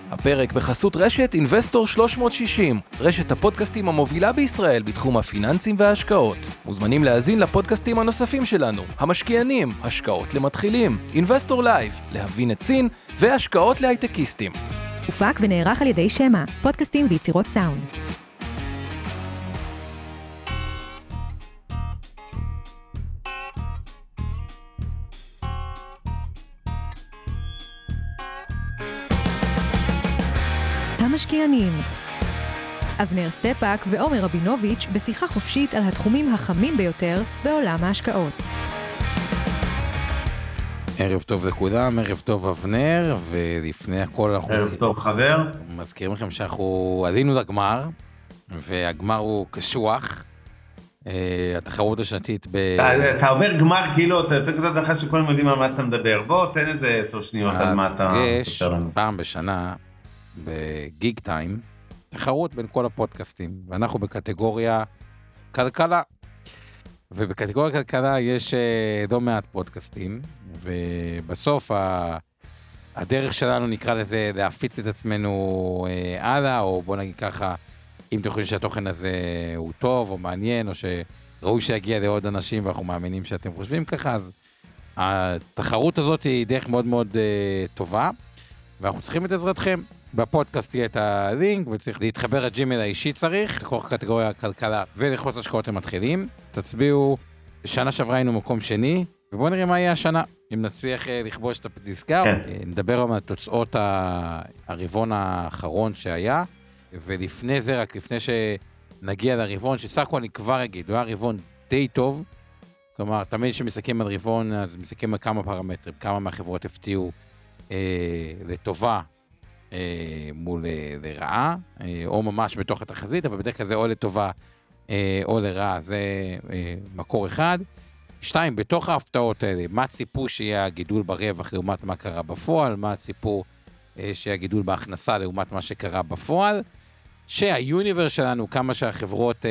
הפרק בחסות רשת Investor 360, רשת הפודקאסטים המובילה בישראל בתחום הפיננסים וההשקעות. מוזמנים להאזין לפודקאסטים הנוספים שלנו, המשקיענים, השקעות למתחילים, Investor Live, להבין את סין והשקעות להייטקיסטים. הופק ונערך על ידי שמה, פודקאסטים ויצירות סאונד. המשקיענים. אבנר סטפאק ועומר רבינוביץ' בשיחה חופשית על התחומים החמים ביותר בעולם ההשקעות. ערב טוב לכולם, ערב טוב אבנר, ולפני הכל אנחנו ערב טוב חבר. מזכירים לכם שאנחנו עלינו לגמר, והגמר הוא קשוח, התחרות השנתית אתה אומר גמר כאילו, אתה צריך לדעת לך שכולם יודעים על מה אתה מדבר, בוא תן איזה 10 שניות על מה אתה מספר לנו. יש פעם בשנה בגיג טיים, תחרות בין כל הפודקאסטים, ואנחנו בקטגוריה כלכלה, ובקטגוריה כלכלה יש לא מעט פודקאסטים, ובסוף הדרך שלנו נקרא לזה להפיץ את עצמנו הלאה, או בוא נגיד ככה, אם אתם חושבים שהתוכן הזה הוא טוב או מעניין, או שראוי שיגיע לעוד אנשים ואנחנו מאמינים שאתם חושבים ככה, אז התחרות הזאת היא דרך מאוד מאוד טובה, ואנחנו צריכים את עזרתכם. בפודקאסט תהיה את הלינק, וצריך להתחבר לג'ימייל האישי צריך, לקרוא קטגוריה כלכלה ולחוץ השקעות למתחילים. תצביעו, שנה שעברה היינו מקום שני, ובואו נראה מה יהיה השנה. אם נצליח לכבוש את הפדיסקאוט, נדבר על תוצאות הרבעון האחרון שהיה, ולפני זה, רק לפני שנגיע לרבעון, שסך הכל אני כבר אגיד, הוא היה רבעון די טוב, כלומר, תמיד שמסתכלים על רבעון, אז מסתכלים על כמה פרמטרים, כמה מהחברות הפתיעו לטובה, מול לרעה, או ממש בתוך התחזית, אבל בדרך כלל זה או לטובה או לרעה, זה מקור אחד. 2, בתוך ההפתעות האלה, מה ציפו שיהיה הגידול ברווח לעומת מה קרה בפועל, מה ציפו שיהיה הגידול בהכנסה לעומת מה שקרה בפועל, שהיוניברס שלנו, כמה שהחברות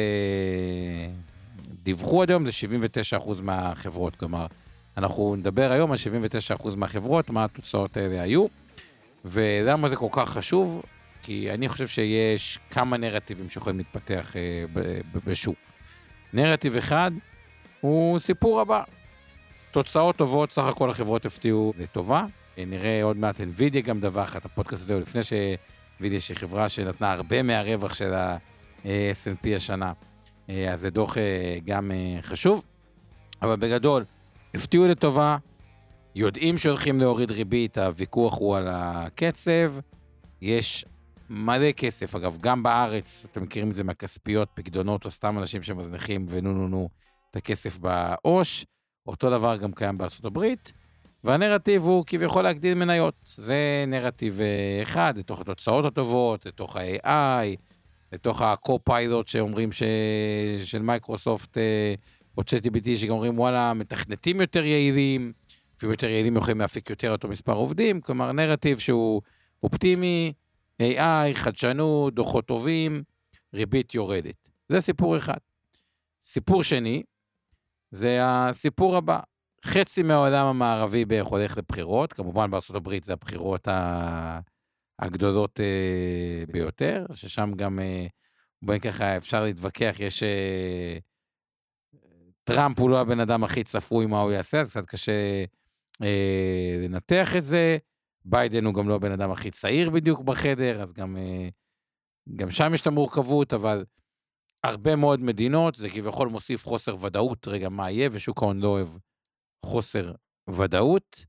דיווחו עד היום, זה 79% מהחברות, כלומר, אנחנו נדבר היום על 79% מהחברות, מה התוצאות האלה היו, ולמה זה כל כך חשוב? כי אני חושב שיש כמה נרטיבים שיכולים להתפתח בשוק. נרטיב אחד הוא סיפור הבא. תוצאות טובות, סך הכל החברות הפתיעו לטובה. נראה עוד מעט NVIDIA גם דווח, את הפודקאסט הזה, לפני ש-NVIDIA שהיא חברה שנתנה הרבה מהרווח של ה-S&P השנה. אז זה דוח גם חשוב. אבל בגדול, הפתיעו לטובה, יודעים שהולכים להוריד ריבית, הוויכוח הוא על הקצב, יש מלא כסף, אגב, גם בארץ, אתם מכירים את זה מהכספיות, פקדונות, או סתם אנשים שמזניחים ונו את הכסף בעוש, אותו דבר גם קיים בארצות הברית, והנרטיב הוא כביכול להגדיל מניות, זה נרטיב אחד, לתוך התוצאות הטובות, לתוך ה-AI, לתוך ה-co-pilot שאומרים של מייקרוסופט, או ChatGPT, שגם אומרים, וואלה, מתכנתים יותר יעילים, אפילו יותר יעילים יכולים להפיק יותר אותו מספר עובדים, כלומר נרטיב שהוא אופטימי, AI, חדשנות, דוחות טובים, ריבית יורדת. זה סיפור אחד. סיפור שני, זה הסיפור הבא. חצי מהעולם המערבי בערך הולך לבחירות, כמובן בארצות הברית זה הבחירות הגדולות ביותר, ששם גם, בואי ככה אפשר להתווכח, יש טראמפ הוא לא הבן אדם הכי צפוי מה הוא יעשה, אז קצת קשה לנתח את זה, ביידן הוא גם לא הבן אדם הכי צעיר בדיוק בחדר, אז גם שם יש את המורכבות, אבל הרבה מאוד מדינות, זה כביכול מוסיף חוסר ודאות, רגע מה יהיה, ושוק ההון לא אוהב חוסר ודאות.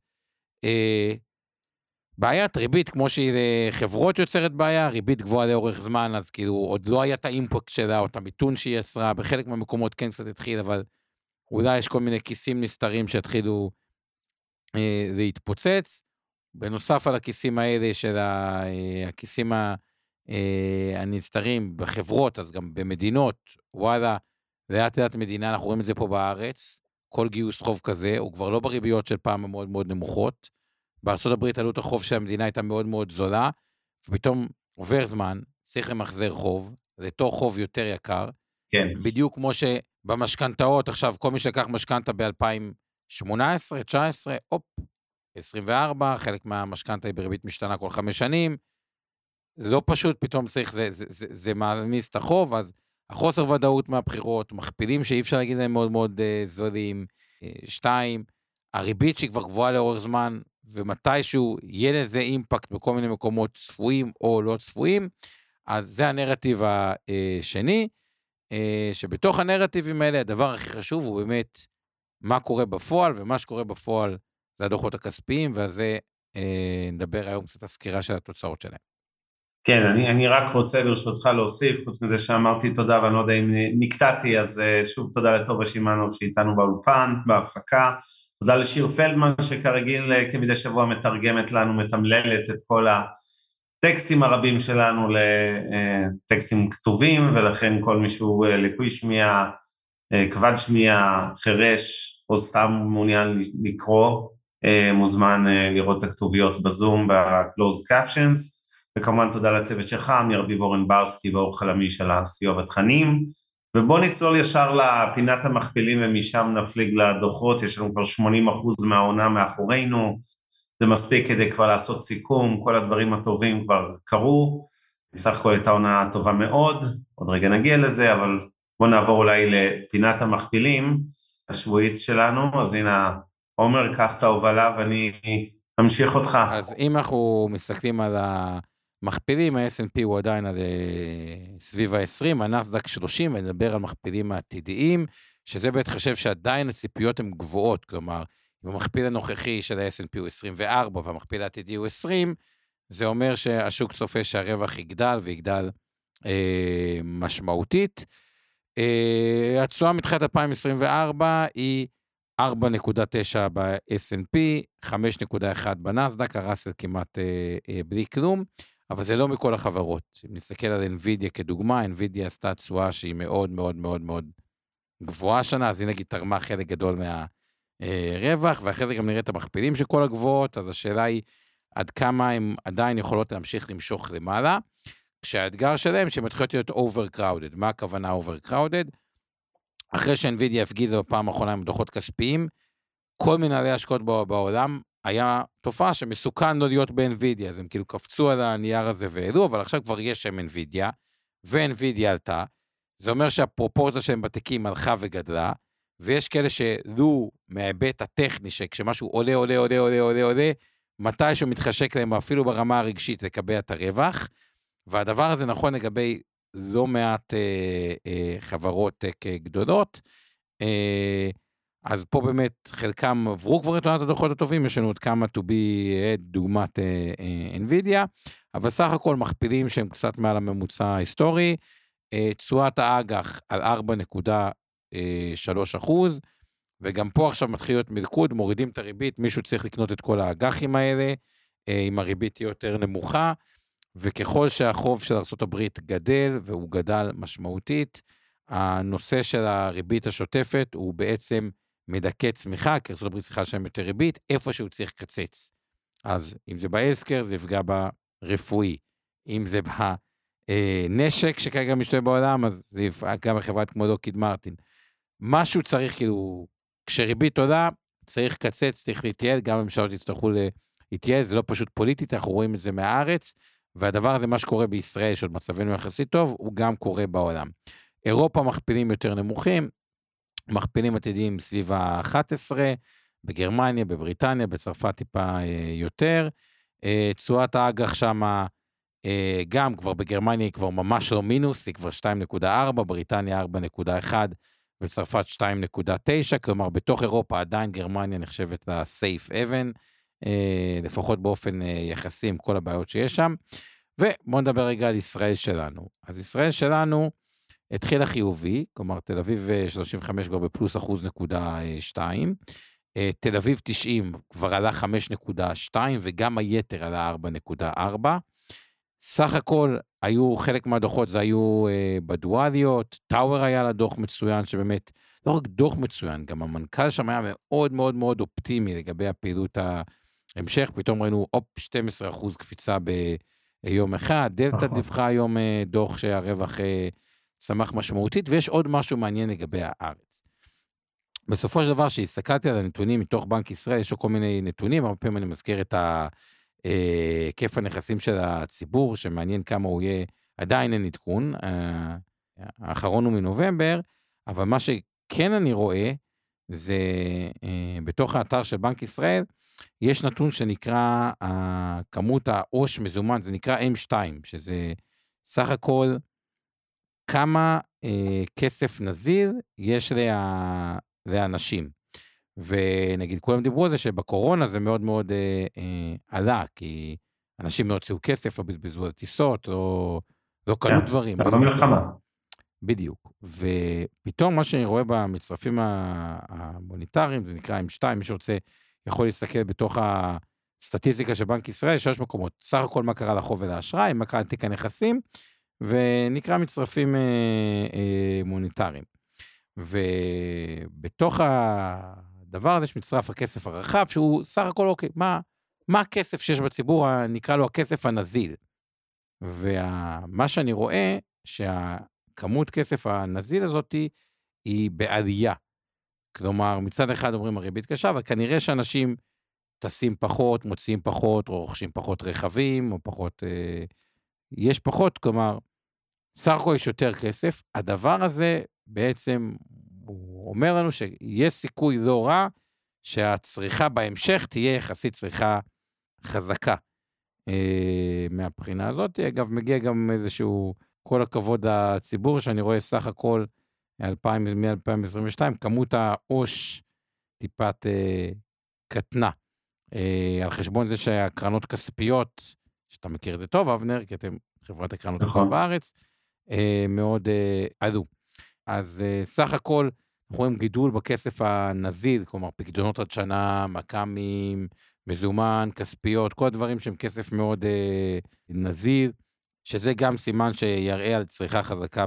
בעיית ריבית, כמו שהיא לחברות יוצרת בעיה, ריבית גבוהה לאורך זמן, אז כאילו עוד לא היה את האימפקט שלה, או את המיתון שהיא יצרה, בחלק מהמקומות כן קצת התחיל, אבל אולי יש כל מיני כיסים נסתרים שהתחילו להתפוצץ, בנוסף על הכיסים האלה של הכיסים הנסתרים בחברות, אז גם במדינות, וואלה, לאט לאט מדינה, אנחנו רואים את זה פה בארץ, כל גיוס חוב כזה, הוא כבר לא בריביות של פעם מאוד מאוד נמוכות, בארצות הברית עלות החוב של המדינה הייתה מאוד מאוד זולה, ופתאום עובר זמן, צריך למחזר חוב, לתור חוב יותר יקר, כן. בדיוק כמו שבמשכנתאות, עכשיו כל מי שלקח משכנתה ב-2018, 19, 24, חלק מהמשכנתה היא בריבית משתנה כל 5 שנים, לא פשוט, פתאום צריך, זה מעמיס את החוב, אז החוסר ודאות מהבחירות, מכפילים שאי אפשר להגיד להם מאוד מאוד זולים, 2, הריבית שהיא כבר גבוהה לאורך זמן, ומתישהו יהיה לזה אימפקט בכל מיני מקומות צפויים או לא צפויים, אז זה הנרטיב השני, שבתוך הנרטיבים האלה, הדבר הכי חשוב הוא באמת מה קורה בפועל, ומה שקורה בפועל זה הדוחות הכספיים, ועל זה נדבר היום קצת הסקירה של התוצאות שלהם. כן, אני רק רוצה ברשותך להוסיף, חוץ מזה שאמרתי תודה, ואני לא יודע אם נקטעתי, אז שוב תודה לטובה שימאנוב שאיתנו באולפן, בהפקה, תודה לשיר פלדמן שכרגיל כמדי שבוע מתרגמת לנו, מתמללת את כל הטקסטים הרבים שלנו לטקסטים כתובים, ולכן כל מישהו לקוי שמיעה, כבד שמיעה, חרש, או סתם מעוניין לקרוא, מוזמן לראות את הכתוביות בזום, ב-closed captions, וכמובן תודה לצוות שלך, מרביב אורן ברסקי ואור חלמי של הסיוע בתכנים, ובוא נצלול ישר לפינת המכפילים ומשם נפליג לדוחות, יש לנו כבר 80% מהעונה מאחורינו, זה מספיק כדי כבר לעשות סיכום, כל הדברים הטובים כבר קרו, בסך הכל הייתה עונה טובה מאוד, עוד רגע נגיע לזה, אבל בוא נעבור אולי לפינת המכפילים השבועית שלנו, אז הנה עומר, קח את ההובלה ואני אמשיך אותך. אז אם אנחנו מסתכלים על מכפילים, ה-S&P הוא עדיין על סביב ה-20, הנאסד"ק 30, ונדבר על מכפילים העתידיים, שזה בהתחשב שעדיין הציפיות הן גבוהות, כלומר, אם המכפיל הנוכחי של ה-S&P הוא 24, והמכפיל העתידי הוא 20, זה אומר שהשוק צופה שהרווח יגדל, ויגדל משמעותית. התשואה מתחילת 2024 היא 4.9 ב-S&P, 5.1 בנאסד"ק, הראסל כמעט בלי כלום, אבל זה לא מכל החברות. אם נסתכל על NVIDIA כדוגמה, NVIDIA עשתה תשואה שהיא מאוד מאוד מאוד מאוד גבוהה שנה, אז היא נגיד תרמה חלק גדול מהרווח, ואחרי זה גם נראה את המכפילים של כל הגבוהות, אז השאלה היא עד כמה הן עדיין יכולות להמשיך למשוך למעלה, כשהאתגר שלהם שמתחילות להיות overcrowded. מה הכוונה overcrowded? אחרי ש-NVIDIA הפגיזה בפעם האחרונה עם דוחות כספיים, כל מנהלי השקעות בעולם היה תופעה שמסוכן לא להיות ב-NVIDIA, אז הם כאילו קפצו על הנייר הזה והעלו, אבל עכשיו כבר יש שם NVIDIA, ו-NVIDIA עלתה, זה אומר שהפרופורציה שהם בתיקים הלכה וגדלה, ויש כאלה שלו מההיבט הטכני, שכשמשהו עולה, עולה, עולה, עולה, עולה, עולה, מתי שהוא מתחשק להם אפילו ברמה הרגשית לקבע את הרווח, והדבר הזה נכון לגבי לא מעט חברות טק גדולות, אז פה באמת חלקם עברו כבר את עונת הדוחות הטובים, יש לנו עוד כמה to be דוגמת NVIDIA, אבל סך הכל מכפילים שהם קצת מעל הממוצע ההיסטורי, תשואת האג"ח על 4.3%, וגם פה עכשיו מתחיל להיות מלכוד, מורידים את הריבית, מישהו צריך לקנות את כל האג"חים האלה, אם הריבית היא יותר נמוכה, וככל שהחוב של ארצות הברית גדל, והוא גדל משמעותית, הנושא של הריבית השוטפת הוא בעצם מדכא צמיחה, כי ארצות הברית צריכה לשלם יותר ריבית, איפה שהוא צריך קצץ. אז אם זה באלסקר, זה יפגע ברפואי. אם זה בנשק שכרגע משתולל בעולם, אז זה יפגע גם בחברת כמו לוקהיד מרטין. משהו צריך, כאילו, כשריבית עולה, צריך קצץ, צריך להתייעל, גם הממשלות יצטרכו להתייעל, זה לא פשוט פוליטית, אנחנו רואים את זה מהארץ, והדבר הזה, מה שקורה בישראל, שעוד מצבנו יחסית טוב, הוא גם קורה בעולם. אירופה מכפילים יותר נמוכים, מכפילים עתידיים סביב ה-11, בגרמניה, בבריטניה, בצרפת טיפה יותר, תשואת האג"ח שמה, גם כבר בגרמניה היא כבר ממש לא מינוס, היא כבר 2.4, בריטניה 4.1, בצרפת 2.9, כלומר בתוך אירופה עדיין גרמניה נחשבת ל-safe haven, לפחות באופן יחסי עם כל הבעיות שיש שם, ובואו נדבר רגע על ישראל שלנו. אז ישראל שלנו התחילה חיובי, כלומר תל אביב 35 כבר בפלוס 1.2, תל אביב 90 כבר עלה 5.2, וגם היתר עלה 4.4, סך הכל היו חלק מהדוחות, זה היו בדואליות, טאוור היה לה דוח מצוין, שבאמת, לא רק דוח מצוין, גם המנכ"ל שם היה מאוד מאוד מאוד אופטימי לגבי הפעילות ההמשך, פתאום ראינו 12% קפיצה ביום אחד, דלתא דיווחה היום דוח שהרווח צמח משמעותית, ויש עוד משהו מעניין לגבי הארץ. בסופו של דבר שהסתכלתי על הנתונים מתוך בנק ישראל, יש כל מיני נתונים, הרבה פעמים אני מזכיר את היקף הנכסים של הציבור, שמעניין כמה הוא יהיה, עדיין אין עדכון, האחרון הוא מנובמבר, אבל מה שכן אני רואה, זה בתוך האתר של בנק ישראל, יש נתון שנקרא כמות העו"ש מזומן, זה נקרא M2, שזה סך הכל כמה כסף נזיל יש לאנשים. ונגיד, כולם דיברו על זה שבקורונה זה מאוד מאוד עלה, כי אנשים לא הוציאו כסף, לא בזבזו על טיסות, לא קנו דברים. לא מלחמה. בדיוק. ופתאום מה שאני רואה במצרפים המוניטריים, זה נקרא M2, מי שרוצה יכול להסתכל בתוך הסטטיסטיקה של בנק ישראל, 3 מקומות, סך הכל מה קרה לחוב ולאשראי, מה קרה לתיק הנכסים, ונקרא מצרפים מוניטריים. ובתוך הדבר הזה יש מצרף הכסף הרחב, שהוא סך הכל אוקיי, מה הכסף שיש בציבור, נקרא לו הכסף הנזיל. ומה שאני רואה, שהכמות כסף הנזיל הזאת היא בעלייה. כלומר, מצד אחד אומרים הריבית קשה, אבל כנראה שאנשים טסים פחות, מוציאים פחות, או רוכשים פחות רכבים, או פחות, יש פחות, כלומר, סך הכל יש יותר כסף. הדבר הזה בעצם, הוא אומר לנו שיש סיכוי לא רע, שהצריכה בהמשך תהיה יחסית צריכה חזקה. מהבחינה הזאת, אגב, מגיע גם איזשהו, כל הכבוד הציבור, שאני רואה סך הכל, מ-2022, כמות העו"ש טיפת קטנה. על חשבון זה שהקרנות כספיות, שאתה מכיר את זה טוב, אבנר, כי אתם חברת הקרנות נכון בארץ, מאוד עלו. אז סך הכל, אנחנו רואים גידול בכסף הנזיל, כלומר, פקדונות עד שנה, מקמים, מזומן, כספיות, כל הדברים שהם כסף מאוד נזיל, שזה גם סימן שיראה על צריכה חזקה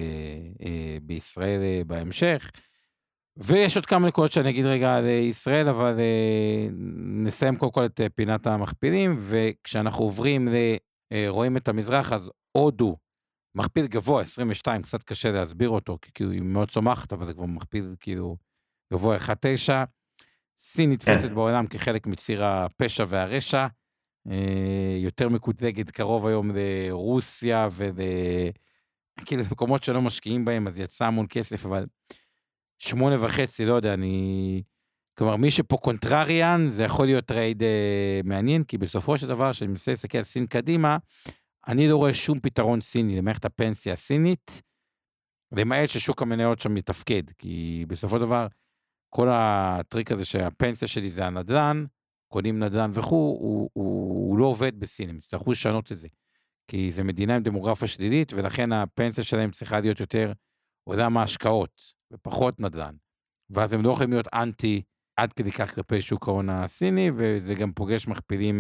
בישראל בהמשך. ויש עוד כמה נקודות שאני אגיד רגע על ישראל, אבל נסיים קודם כל את פינת המכפילים, וכשאנחנו עוברים, רואים את המזרח, אז הודו, מכפיל גבוה, 22, קצת קשה להסביר אותו, כי כאילו היא מאוד צומחת, אבל זה כבר מכפיל כאילו גבוה 1.9, סין נתפסת בעולם כחלק מציר הפשע והרשע, יותר מקוטלגת קרוב היום לרוסיה, וכאילו מקומות שלא משקיעים בהם, אז יצא המון כסף, אבל 8.5, לא יודע, כלומר, מי שפה קונטרריאן, זה יכול להיות טרייד מעניין, כי בסופו של דבר, שאני מנסה לסתכל על סין קדימה, אני לא רואה שום פתרון סיני למערכת הפנסיה הסינית, למעט ששוק המניות שם מתפקד, כי בסופו של דבר, כל הטריק הזה שהפנסיה שלי זה הנדל"ן, קונים נדל"ן וכו', הוא לא עובד בסין, הם יצטרכו לשנות את זה, כי זה מדינה עם דמוגרפיה שלילית, ולכן הפנסיה שלהם צריכה להיות יותר עולם ההשקעות, ופחות נדל"ן, ואז הם לא יכולים להיות אנטי, עד כדי כך כלפי שוק ההון הסיני, וזה גם פוגש מכפילים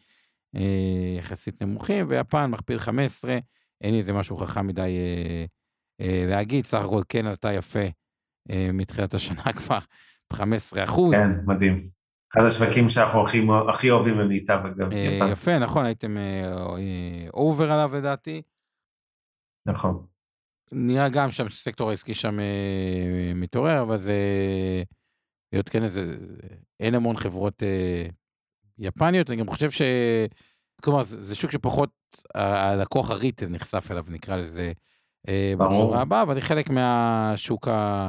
יחסית נמוכים, ויפן מכפיל 15, אין איזה משהו חכם מדי להגיד, סך הכל כן עלתה יפה, מתחילת השנה כבר, 15%. כן, מדהים. אחד השווקים שאנחנו הכי אוהבים במאיטה בגב. יפה, נכון, הייתם אובר עליו לדעתי. נכון. נראה גם שם סקטור העסקי שם מתעורר, אבל זה, להיות כן, אין המון חברות יפניות, אני גם חושב כלומר, זה שוק שפחות הלקוח הריטל נחשף אליו, נקרא לזה בצורה הבאה, אבל היא חלק מהשוק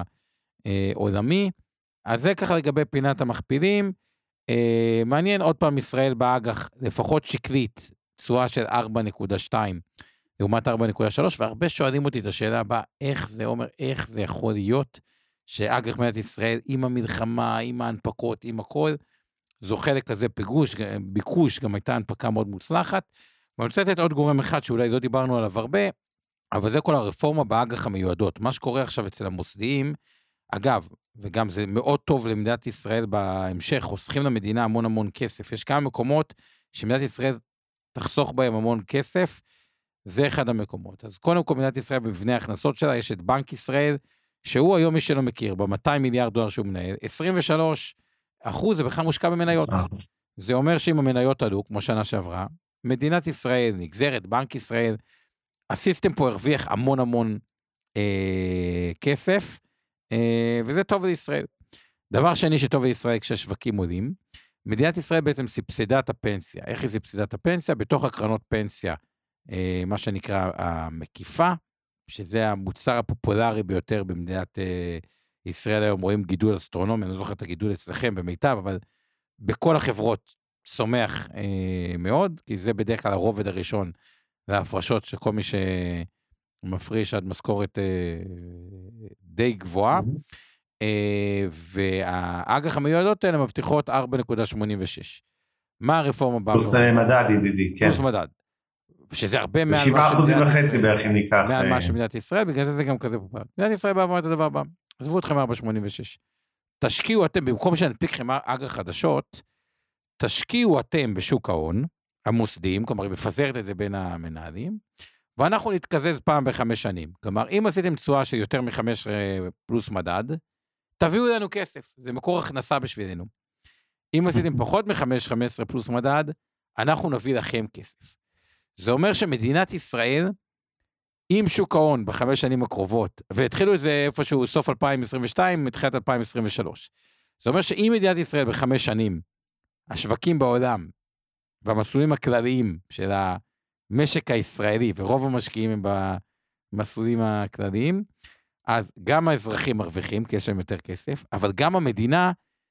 העולמי. אז זה ככה לגבי פינת המכפילים. מעניין עוד פעם ישראל באג"ח, לפחות שקלית, תשואה של 4.2, לעומת 4.3, והרבה שואלים אותי את השאלה הבאה, איך זה אומר, איך זה יכול להיות, שאג"ח מדינת ישראל, עם המלחמה, עם ההנפקות, עם הכל, זוכה לכזה ביקוש, גם הייתה הנפקה מאוד מוצלחת, ואני רוצה לתת עוד גורם אחד, שאולי לא דיברנו עליו הרבה, אבל זה כל הרפורמה באג"ח המיועדות, מה שקורה עכשיו אצל המוסדיים, אגב, וגם זה מאוד טוב למדינת ישראל בהמשך, חוסכים למדינה המון המון כסף, יש כמה מקומות שמדינת ישראל תחסוך בהם המון כסף, זה אחד המקומות. אז קודם כל מדינת ישראל במבנה ההכנסות שלה, יש את בנק ישראל, שהוא היום מי שלא מכיר, ב-200 מיליארד דולר שהוא מנהל, 23% זה בכלל מושקע במניות. זה אומר שאם המניות עלו, כמו שנה שעברה, מדינת ישראל נגזרת, בנק ישראל, הסיסטם פה הרוויח המון המון כסף, וזה טוב לישראל. דבר שני שטוב לישראל כשהשווקים עולים, מדינת ישראל בעצם סבסדה את הפנסיה. איך היא סבסדה את הפנסיה? בתוך הקרנות פנסיה, מה שנקרא המקיפה, שזה המוצר הפופולרי ביותר במדינת ישראל היום, רואים גידול אסטרונומי, אני לא זוכר את הגידול אצלכם במיטב, אבל בכל החברות צומח מאוד, כי זה בדרך כלל הרובד הראשון, וההפרשות שכל מי שמפריש עד משכורת די גבוהה, והאג"ח המיועדות האלה מבטיחות 4.86. מה הרפורמה? פלוס מדד ידידי, כן. פלוס מדד. שזה הרבה מעל 7.5% בערך אם ניקח. מעל מה שמדינת ישראל, בגלל זה גם כזה פופולרי. מדינת ישראל באה ואומרת את הדבר הבא, עזבו אתכם 4.86. תשקיעו אתם, במקום שנדפיק לכם אג"ח חדשות, תשקיעו אתם בשוק ההון, המוסדיים, כלומר, היא מפזרת את זה בין המנהלים, ואנחנו נתקזז פעם ב5 שנים. כלומר, אם עשיתם תשואה של יותר מ5 פלוס מדד, תביאו לנו כסף, זה מקור הכנסה בשבילנו. אם עשיתם פחות מ5-15 פלוס מדד, אנחנו נביא לכם כסף. זה אומר שמדינת ישראל, עם שוק ההון ב5 שנים הקרובות, והתחילו את זה איפשהו סוף 2022, מתחילת 2023. זה אומר שאם מדינת ישראל ב5 שנים, השווקים בעולם, והמסלולים הכלליים של המשק הישראלי, ורוב המשקיעים הם במסלולים הכלליים, אז גם האזרחים מרוויחים, כי יש להם יותר כסף, אבל גם המדינה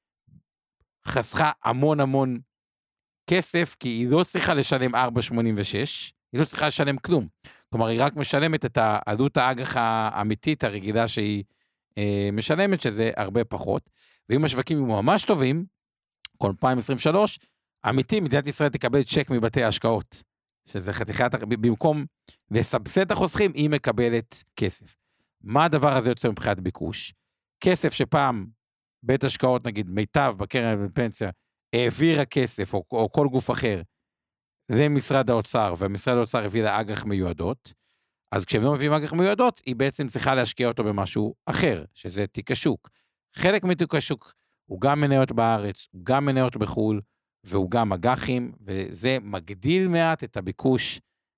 חסכה המון המון כסף, כי היא לא צריכה לשלם 4.86, היא לא צריכה לשלם כלום. כלומר, היא רק משלמת את העלות האג"ח האמיתית, הרגילה שהיא משלמת, שזה הרבה פחות. ואם השווקים הם ממש טובים, כל 2023, אמיתי, מדינת ישראל תקבל צ'ק מבתי ההשקעות, שזה חתיכת, במקום לסבסד את החוסכים, היא מקבלת כסף. מה הדבר הזה יוצא מבחינת ביקוש? כסף שפעם בית השקעות, נגיד מיטב בקרן בפנסיה, העבירה כסף, או כל גוף אחר, למשרד האוצר, ומשרד האוצר הביא לאג"ח מיועדות, אז כשהם לא מביאים אג"ח מיועדות, היא בעצם צריכה להשקיע אותו במשהו אחר, שזה תיק השוק. חלק מתיק השוק הוא גם מניות בארץ, הוא גם מניות בחול, והוא גם אג"חים, וזה מגדיל מעט את הביקוש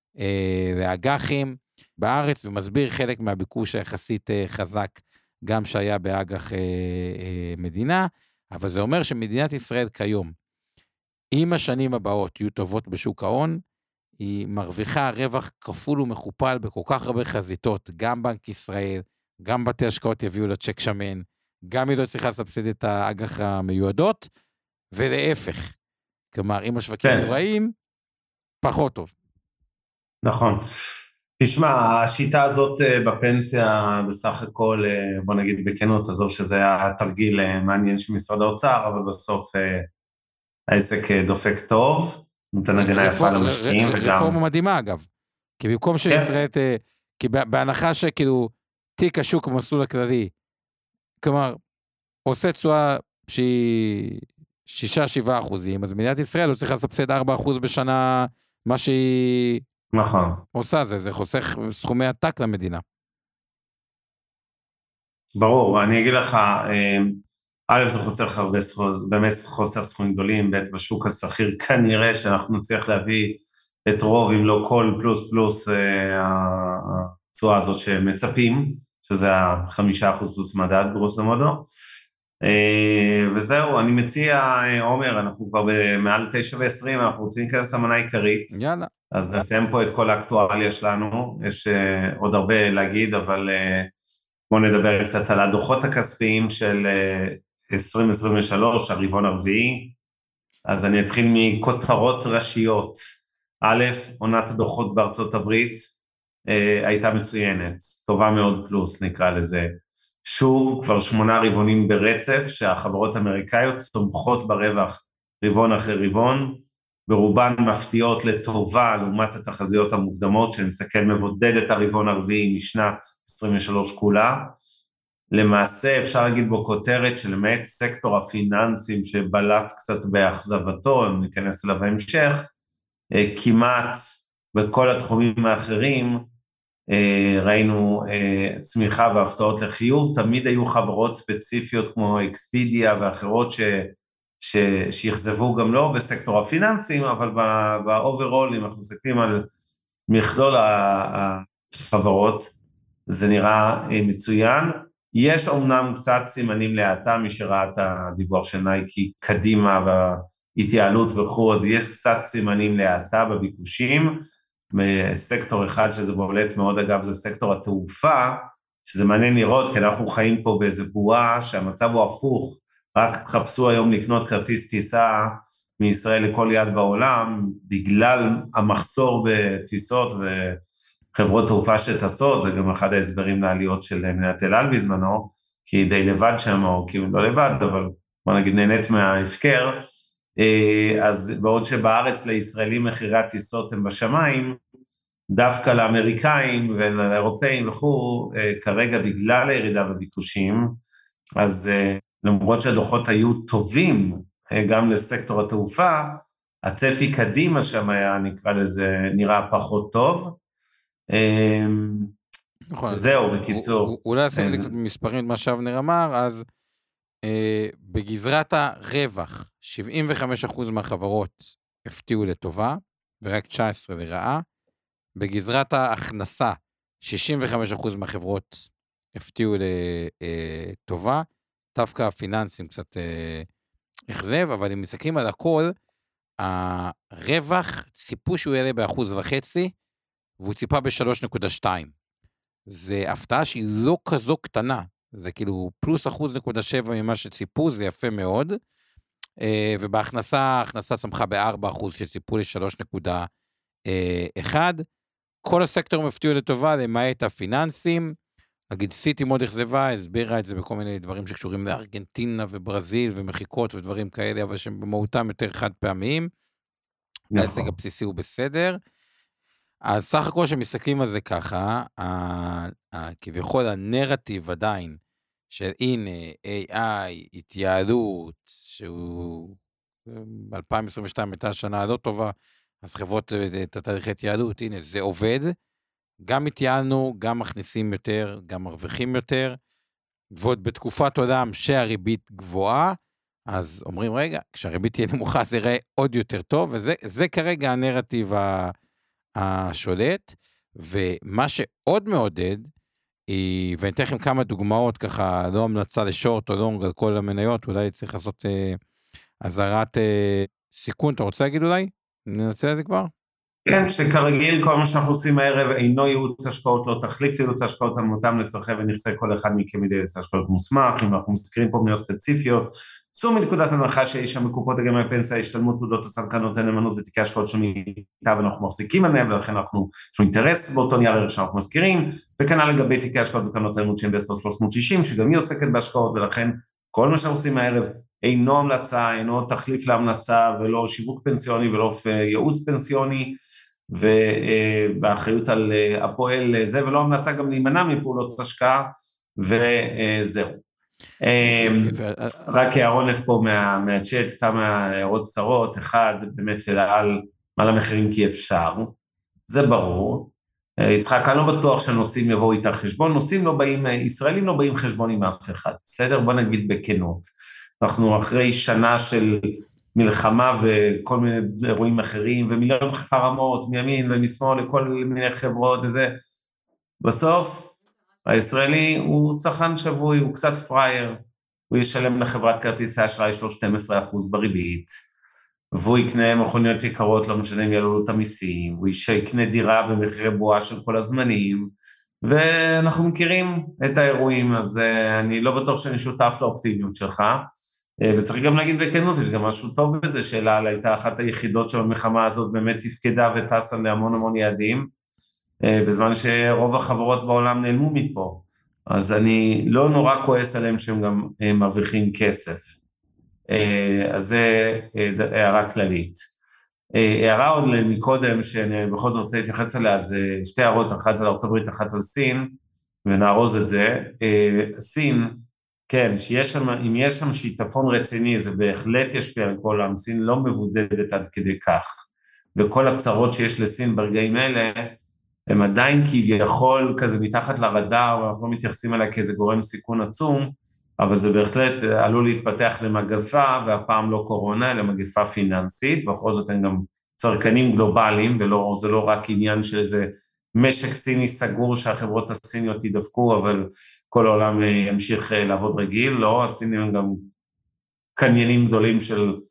לאג"חים בארץ, ומסביר חלק מהביקוש היחסית חזק, גם שהיה באג"ח מדינה, אבל זה אומר שמדינת ישראל כיום, אם השנים הבאות יהיו טובות בשוק ההון, היא מרוויחה רווח כפול ומכופל בכל כך הרבה חזיתות, גם בנק ישראל, גם בתי השקעות יביאו לצ'ק שמן, גם היא לא צריכה לסבסד את האג"ח המיועדות, ולהפך. כלומר, אם השווקים רעים, פחות טוב. נכון. תשמע, השיטה הזאת בפנסיה בסך הכל, בוא נגיד בכנות, עזוב שזה היה תרגיל מעניין של משרד האוצר, אבל בסוף העסק דופק טוב, נותן הגנה יפה למשקיעים וגם... רפורמה מדהימה אגב, כי במקום שישראל, כי בהנחה שכאילו תיק השוק במסלול הכללי, כלומר, עושה תשואה שהיא 6-7%, אז מדינת ישראל לא צריכה לסבסד 4% בשנה, מה שהיא עושה, זה חוסך סכומי עתק למדינה. ברור, אני אגיד לך, א' זה חוסר הרבה, באמת חוסר סכומים גדולים, ב' בשוק הסחיר כנראה שאנחנו נצליח להביא את רוב, אם לא כל פלוס התשואה הזאת שמצפים, שזה 5% פלוס מדד גרוס המודו, וזהו, אני מציע, עומר, אנחנו כבר במעל 9:20, אנחנו רוצים להיכנס למנה עיקרית, יאללה. אז נסיים פה את כל האקטואליה שלנו, יש עוד הרבה להגיד, אבל בואו נדבר קצת על הדוחות הכספיים של 2023, הרבעון הרביעי, אז אני אתחיל מכותרות ראשיות. א', עונת הדוחות בארצות הברית הייתה מצוינת, טובה מאוד פלוס נקרא לזה. שוב, כבר 8 רבעונים ברצף, שהחברות האמריקאיות צומחות ברווח רבעון אחרי רבעון, ברובן מפתיעות לטובה לעומת התחזיות המוקדמות, שמסתכל מבודד את הרבעון הרביעי משנת 23 כולה. למעשה אפשר להגיד בו כותרת שלמעט סקטור הפיננסים שבלט קצת באכזבתו, ניכנס אליו בהמשך, כמעט בכל התחומים האחרים ראינו צמיחה והפתעות לחיוב, תמיד היו חברות ספציפיות כמו אקספידיה ואחרות שיחזבו גם לא בסקטור הפיננסים, אבל באוברול, אם אנחנו מסתכלים על מכלול החברות, זה נראה מצוין. יש אומנם קצת סימנים להאטה, מי שראה את הדיווח של נייקי קדימה התייעלות וכו', אז יש קצת סימנים להאטה בביקושים, סקטור אחד שזה בולט מאוד אגב זה סקטור התעופה, שזה מעניין לראות כי אנחנו חיים פה באיזה בועה שהמצב הוא הפוך, רק חפשו היום לקנות כרטיס טיסה מישראל לכל יד בעולם, בגלל המחסור בטיסות וחברות תעופה שטסות, זה גם אחד ההסברים לעליות של מדינת אל על בזמנו, כי היא די לבד שם, או כאילו לא לבד, אבל בוא נגיד נהנית מההפקר, אז בעוד שבארץ לישראלים מחירי הטיסות הם בשמיים, דווקא לאמריקאים ולאירופאים וכו', כרגע בגלל הירידה בביקושים, אז למרות שהדוחות היו טובים גם לסקטור התעופה, הצפי קדימה שם היה נקרא לזה נראה פחות טוב, נכון, זהו בקיצור. אולי עשינו קצת מספרים את מה שאבנר אמר, אז בגזרת הרווח, 75% מהחברות הפתיעו לטובה, ורק 19 לרעה, בגזרת ההכנסה, 65% מהחברות הפתיעו לטובה, דווקא הפיננסים קצת אכזב, אבל אם מסתכלים על הכל, הרווח ציפו שהוא יעלה ב1.5%, והוא ציפה ב3.2%. זה הפתעה שהיא לא כזו קטנה, זה כאילו פלוס 1.7% ממה שציפו, זה יפה מאוד, ובהכנסה, ההכנסה צמחה ב4%, שציפו ל3.1%, כל הסקטורים הפתיעו לטובה, למעט הפיננסים, אגיד סיטי מאוד אכזבה, הסבירה את זה בכל מיני דברים שקשורים לארגנטינה וברזיל ומחיקות ודברים כאלה, אבל שהם במהותם יותר חד פעמיים, העסק הבסיסי הוא בסדר, אז סך הכל שמסתכלים על זה ככה, כביכול הנרטיב עדיין, של הנה AI, התייעלות, שהוא ב-2022 הייתה שנה לא טובה, אז חברות את התהליכי התייעלות, הנה זה עובד, גם התייעלנו, גם מכניסים יותר, גם מרוויחים יותר, ועוד בתקופת עולם שהריבית גבוהה, אז אומרים רגע, כשהריבית תהיה נמוכה זה יראה עוד יותר טוב, וזה כרגע הנרטיב השולט, ומה שעוד מעודד, ואני אתן לכם כמה דוגמאות ככה, לא המלצה לשורט או לונג על כל המניות, אולי צריך לעשות עזרת סיכון, אתה רוצה להגיד אולי? ננצל את זה כבר? כן, שכרגיל כל מה שאנחנו עושים הערב אינו ייעוץ השקעות, לא תחליף ייעוץ השקעות המותאם לצורכי ונכסי כל אחד מכם מידי ייעוץ השקעות מוסמך, אם אנחנו מזכירים פה מניות ספציפיות, צאו מנקודת הנחה שיש שם מקופות הגמל פנסיה, השתלמות תעודות הצרכנות, הנאמנות ותיקי השקעות שמיטה ואנחנו מחזיקים עליהם, ולכן יש לנו אינטרס באותו נייר ערך שאנחנו מזכירים, וכנ"ל לגבי תיקי השקעות וקרנות הנאמנות שהם ב-10 360, שגם היא עוסקת בהשקעות, ולכן כל מה שאנחנו עושים הערב אינו המלצה, אינו תחליף להמלצה, ולא שיווק פנסיוני ולא ייעוץ פנסיוני, ובאחריות על הפועל זה, ולא המלצה גם להימנע מפעולות השקעה, וזהו. רק הערונת פה מהצ'אט, כמה הערות צרות, אחד, באמת שלעל מה למחירים כי אפשר, זה ברור, יצחק, אני לא בטוח שנושאים יבואו איתה חשבון, נושאים לא באים, ישראלים לא באים חשבון עם אף אחד, בסדר? בוא נגיד בכנות, אנחנו אחרי שנה של מלחמה וכל מיני אירועים אחרים, ומיליון חרמות מימין ומשמאל לכל מיני חברות וזה, בסוף הישראלי הוא צרכן שבוי, הוא קצת פרייר, הוא ישלם לחברת כרטיסי אשראי שלו 12% בריבית, והוא יקנה מכוניות יקרות, לא משנה אם יעלו את המיסים, הוא יקנה דירה במחירי בועה של כל הזמנים, ואנחנו מכירים את האירועים, אז אני לא בטוח שאני שותף לאופטימיות שלך, וצריך גם להגיד בכנות, יש גם משהו טוב בזה, שאלה הייתה אחת היחידות של המלחמה הזאת, באמת תפקדה וטסה להמון המון יעדים, בזמן שרוב החברות בעולם נעלמו מפה, אז אני לא נורא כועס עליהם שהם גם מרוויחים כסף, אז זה הערה כללית. הערה עוד מקודם, שאני בכל זאת רוצה להתייחס עליה, זה שתי הערות, אחת על ארצות הברית, אחת על סין, ונארוז את זה. סין, כן, אם יש שם שיטפון רציני, זה בהחלט ישפיע על כל העם, סין לא מבודדת עד כדי כך, וכל הצרות שיש לסין ברגעים אלה, הם עדיין כביכול כזה מתחת לרדאר, ואנחנו לא מתייחסים עליה כאיזה גורם סיכון עצום, אבל זה בהחלט עלול להתפתח למגפה, והפעם לא קורונה, אלא מגפה פיננסית, ובכל זאת הם גם צרכנים גלובליים, וזה לא רק עניין של איזה משק סיני סגור שהחברות הסיניות ידפקו, אבל כל העולם ימשיך לעבוד רגיל, לא, הסינים הם גם קניינים גדולים של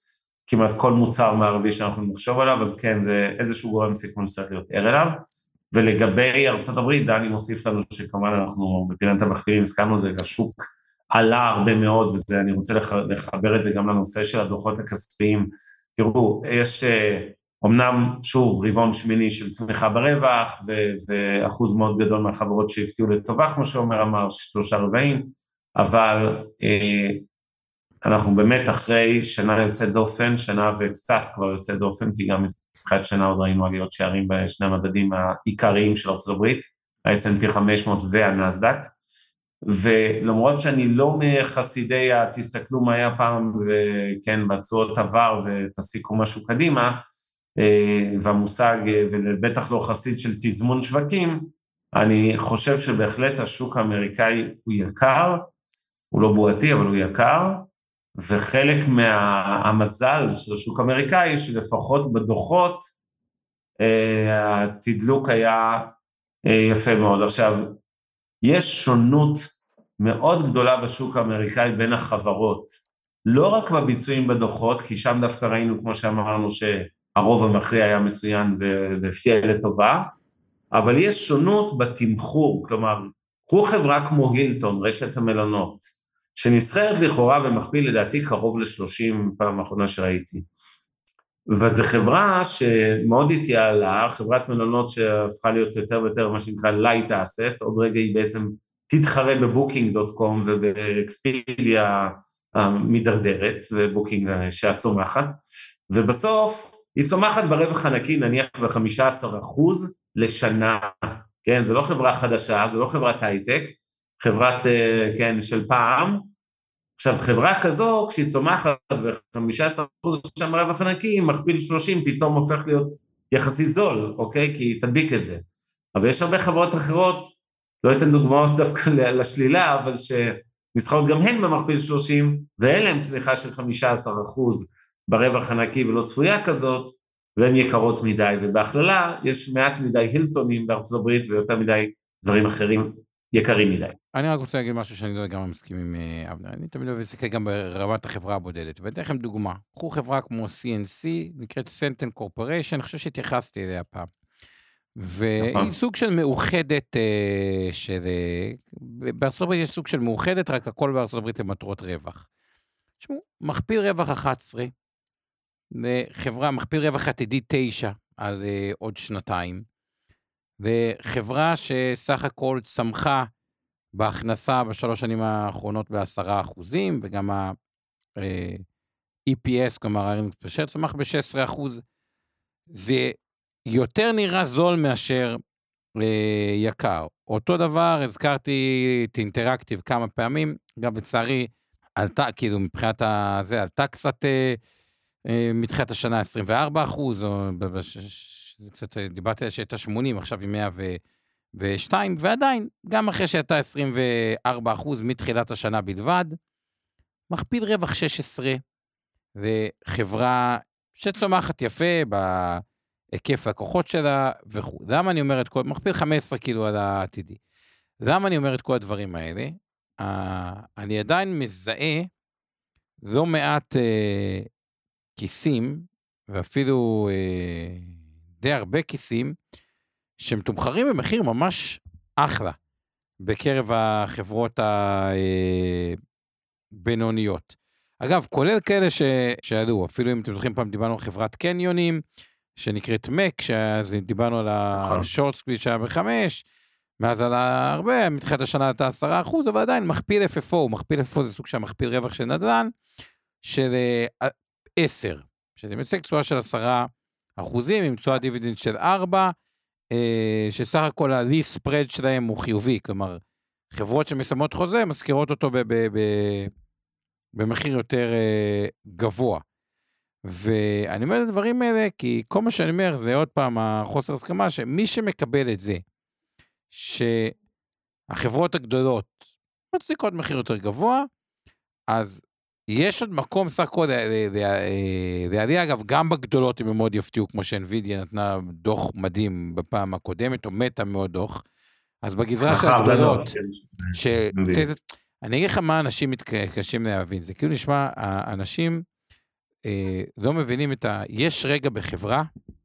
כמעט כל מוצר מערבי שאנחנו נחשוב עליו, אז כן, זה איזשהו גורם סיכון שצריך להיות ער אליו, ולגבי ארצות הברית, דני מוסיף לנו שכמובן אנחנו בפינת המחקרים הסכמנו זה, השוק עלה הרבה מאוד, וזה, אני רוצה לחבר את זה גם לנושא של הדוחות הכספיים. תראו, יש אמנם שוב רבעון שמיני של צמיחה ברווח, ואחוז מאוד גדול מהחברות שהפתיעו לטובה, כמו שאומר אמר, 3/4, אבל אנחנו באמת אחרי שנה יוצאת דופן, שנה וקצת כבר יוצאת דופן, כי גם בתחילת שנה עוד ראינו עליות שערים בשני המדדים העיקריים של ארצות הברית, ה-S&P 500 והנאסד"ק, ולמרות שאני לא מחסידי, תסתכלו מה היה פעם, וכן, בצועות עבר ותסיקו משהו קדימה, והמושג, ובטח לא חסיד של תזמון שווקים, אני חושב שבהחלט השוק האמריקאי הוא יקר, הוא לא בועתי, אבל הוא יקר, וחלק מהמזל של השוק האמריקאי, שלפחות בדוחות, התדלוק היה יפה מאוד. עכשיו, יש שונות מאוד גדולה בשוק האמריקאי בין החברות, לא רק בביצועים בדוחות, כי שם דווקא ראינו, כמו שאמרנו, שהרוב המכריע היה מצוין והפתיע לטובה, אבל יש שונות בתמחור, כלומר, קחו חברה כמו הילטון, רשת המלונות, שנסחרת לכאורה במכפיל לדעתי קרוב ל-30 פעם האחרונה שראיתי. וזו חברה שמאוד התייעלה, חברת מלונות שהפכה להיות יותר ויותר מה שנקרא light asset, עוד רגע היא בעצם תתחרה בבוקינג.קום ובאקספדיה המדרדרת, ובוקינג שהצומחת, ובסוף היא צומחת ברווח הנקי נניח ב-15% לשנה, כן, זה לא חברה חדשה, זה לא חברת הייטק, חברת, כן, של פעם, עכשיו חברה כזו, כשהיא צומחת ב-15% שם רווח נקי, מכפיל 30, פתאום הופך להיות יחסית זול, אוקיי? כי היא תדביק את זה. אבל יש הרבה חברות אחרות, לא אתן דוגמאות דווקא לשלילה, אבל שנסחרות גם הן במכפיל 30, ואין להם צמיחה של 15% ברווח הנקי ולא צפויה כזאת, והן יקרות מדי, ובהכללה יש מעט מדי הילטונים בארצות הברית, ויותר מדי דברים אחרים יקרים מדי. אני רק רוצה להגיד משהו שאני לא יודע גם מסכים עם אבנר, אני תמיד אוהב להסתכל גם ברמת החברה הבודדת, ואני אתן לכם דוגמה, קחו חברה כמו CNC, נקראת סנטן קורפוריישן, אני חושב שהתייחסתי אליה פעם, והיא סוג של מאוחדת, בארצות הברית יש סוג של מאוחדת, רק הכל בארצות הברית למטרות רווח. תשמעו, מכפיל רווח 11, וחברה, מכפיל רווח עתידי 9, על עוד שנתיים, וחברה שסך הכל צמחה בהכנסה בשלוש שנים האחרונות ב10%, וגם ה-EPS, כלומר הארנינגס פר שייר, צמח ב16%. זה יותר נראה זול מאשר יקר. אותו דבר, הזכרתי את אינטראקטיב כמה פעמים, גם בצערי עלתה, כאילו מבחינת זה, עלתה קצת מתחילת השנה 24%, או זה קצת, דיברתי על שהייתה 80, עכשיו היא 102, ועדיין, גם אחרי שהייתה 24% מתחילת השנה בלבד, מכפיל רווח 16, וחברה שצומחת יפה בהיקף הכוחות שלה וכו'. למה אני אומר את כל, מכפיל 15 כאילו על העתידי. למה אני אומר את כל הדברים האלה? אני עדיין מזהה לא מעט כיסים, ואפילו די הרבה כיסים, שמתומחרים במחיר ממש אחלה, בקרב החברות הבינוניות. אגב, כולל כאלה שעלו, אפילו אם אתם זוכרים פעם דיברנו על חברת קניונים, שנקראת מק, שאז דיברנו על השורט סקוויז שהיה ב5, מאז עלה הרבה, מתחילת השנה עלתה 10%, אבל עדיין מכפיל FFO, מכפיל FFO זה סוג של מכפיל רווח של נדל"ן, של 10, שזה מצג תשואה של 10%, עם תשואה דיבידנד של 4, שסך הכל הליס ספרד שלהם הוא חיובי, כלומר, חברות שמסמות חוזה, מזכירות אותו במחיר יותר גבוה. ואני אומר את הדברים האלה, כי כל מה שאני אומר, זה עוד פעם החוסר הסכמה, שמי שמקבל את זה, שהחברות הגדולות מצדיקות מחיר יותר גבוה, אז יש עוד מקום סך הכל לעלייה, אגב, גם בגדולות הם מאוד יפתיעו, כמו שאנווידיה נתנה דוח מדהים בפעם הקודמת, או מטה מאוד דוח, אז בגזרה של הגדולות, אני אגיד לך מה אנשים מתקשים להבין, זה כאילו נשמע, אנשים לא מבינים יש רגע בחברה,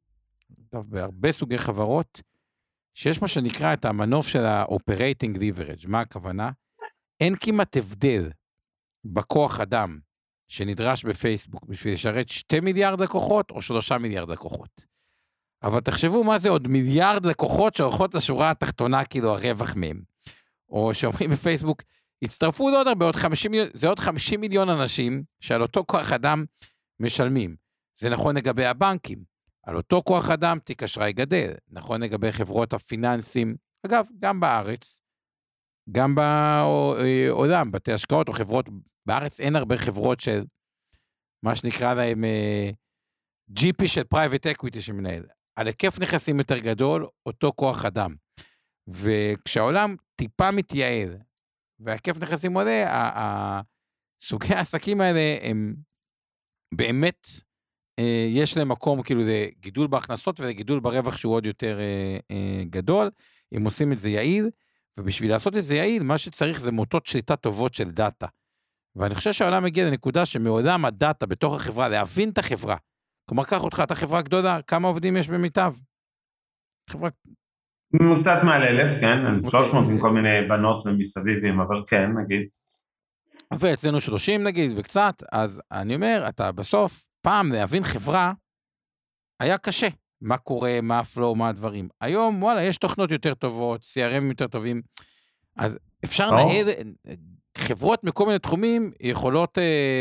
בהרבה סוגי חברות, שיש מה שנקרא את המנוף של ה-Operating Leverage. מה הכוונה? אין כמעט הבדל בכוח אדם שנדרש בפייסבוק בשביל לשרת 2 מיליארד לקוחות או 3 מיליארד לקוחות. אבל תחשבו מה זה עוד מיליארד לקוחות שהולכות לשורה התחתונה, כאילו הרווח מהם. או שאומרים בפייסבוק, הצטרפו לעוד הרבה, זה עוד 50 מיליון אנשים שעל אותו כוח אדם משלמים. זה נכון לגבי הבנקים. על אותו כוח אדם תיק אשראי גדל. נכון לגבי חברות הפיננסים. אגב, גם בארץ, גם בעולם, בתי השקעות או חברות, בארץ אין הרבה חברות של מה שנקרא להם GP של Private Equity שמנהל. על היקף נכסים יותר גדול, אותו כוח אדם. וכשהעולם טיפה מתייעל, וההיקף נכסים עולה, סוגי העסקים האלה הם באמת, יש להם מקום כאילו לגידול בהכנסות ולגידול ברווח שהוא עוד יותר גדול, אם עושים את זה יעיל, ובשביל לעשות את זה יעיל, מה שצריך זה מוטות שליטה טובות של דאטה. ואני חושב שהעולם מגיע לנקודה שמעולם הדאטה בתוך החברה, להבין את החברה, כלומר, קח אותך, אתה חברה גדולה, כמה עובדים יש במיטב? חברה... קצת מעל 1,000, כן, 300 עם כל מיני בנות ומסביבים, אבל כן, נגיד. ואצלנו 30 נגיד, וקצת, אז אני אומר, אתה בסוף, פעם להבין חברה, היה קשה. מה קורה, מה הפלואו, מה הדברים. היום, וואלה, יש תוכנות יותר טובות, CRM יותר טובים, אז אפשר לנהל, חברות מכל מיני תחומים, יכולות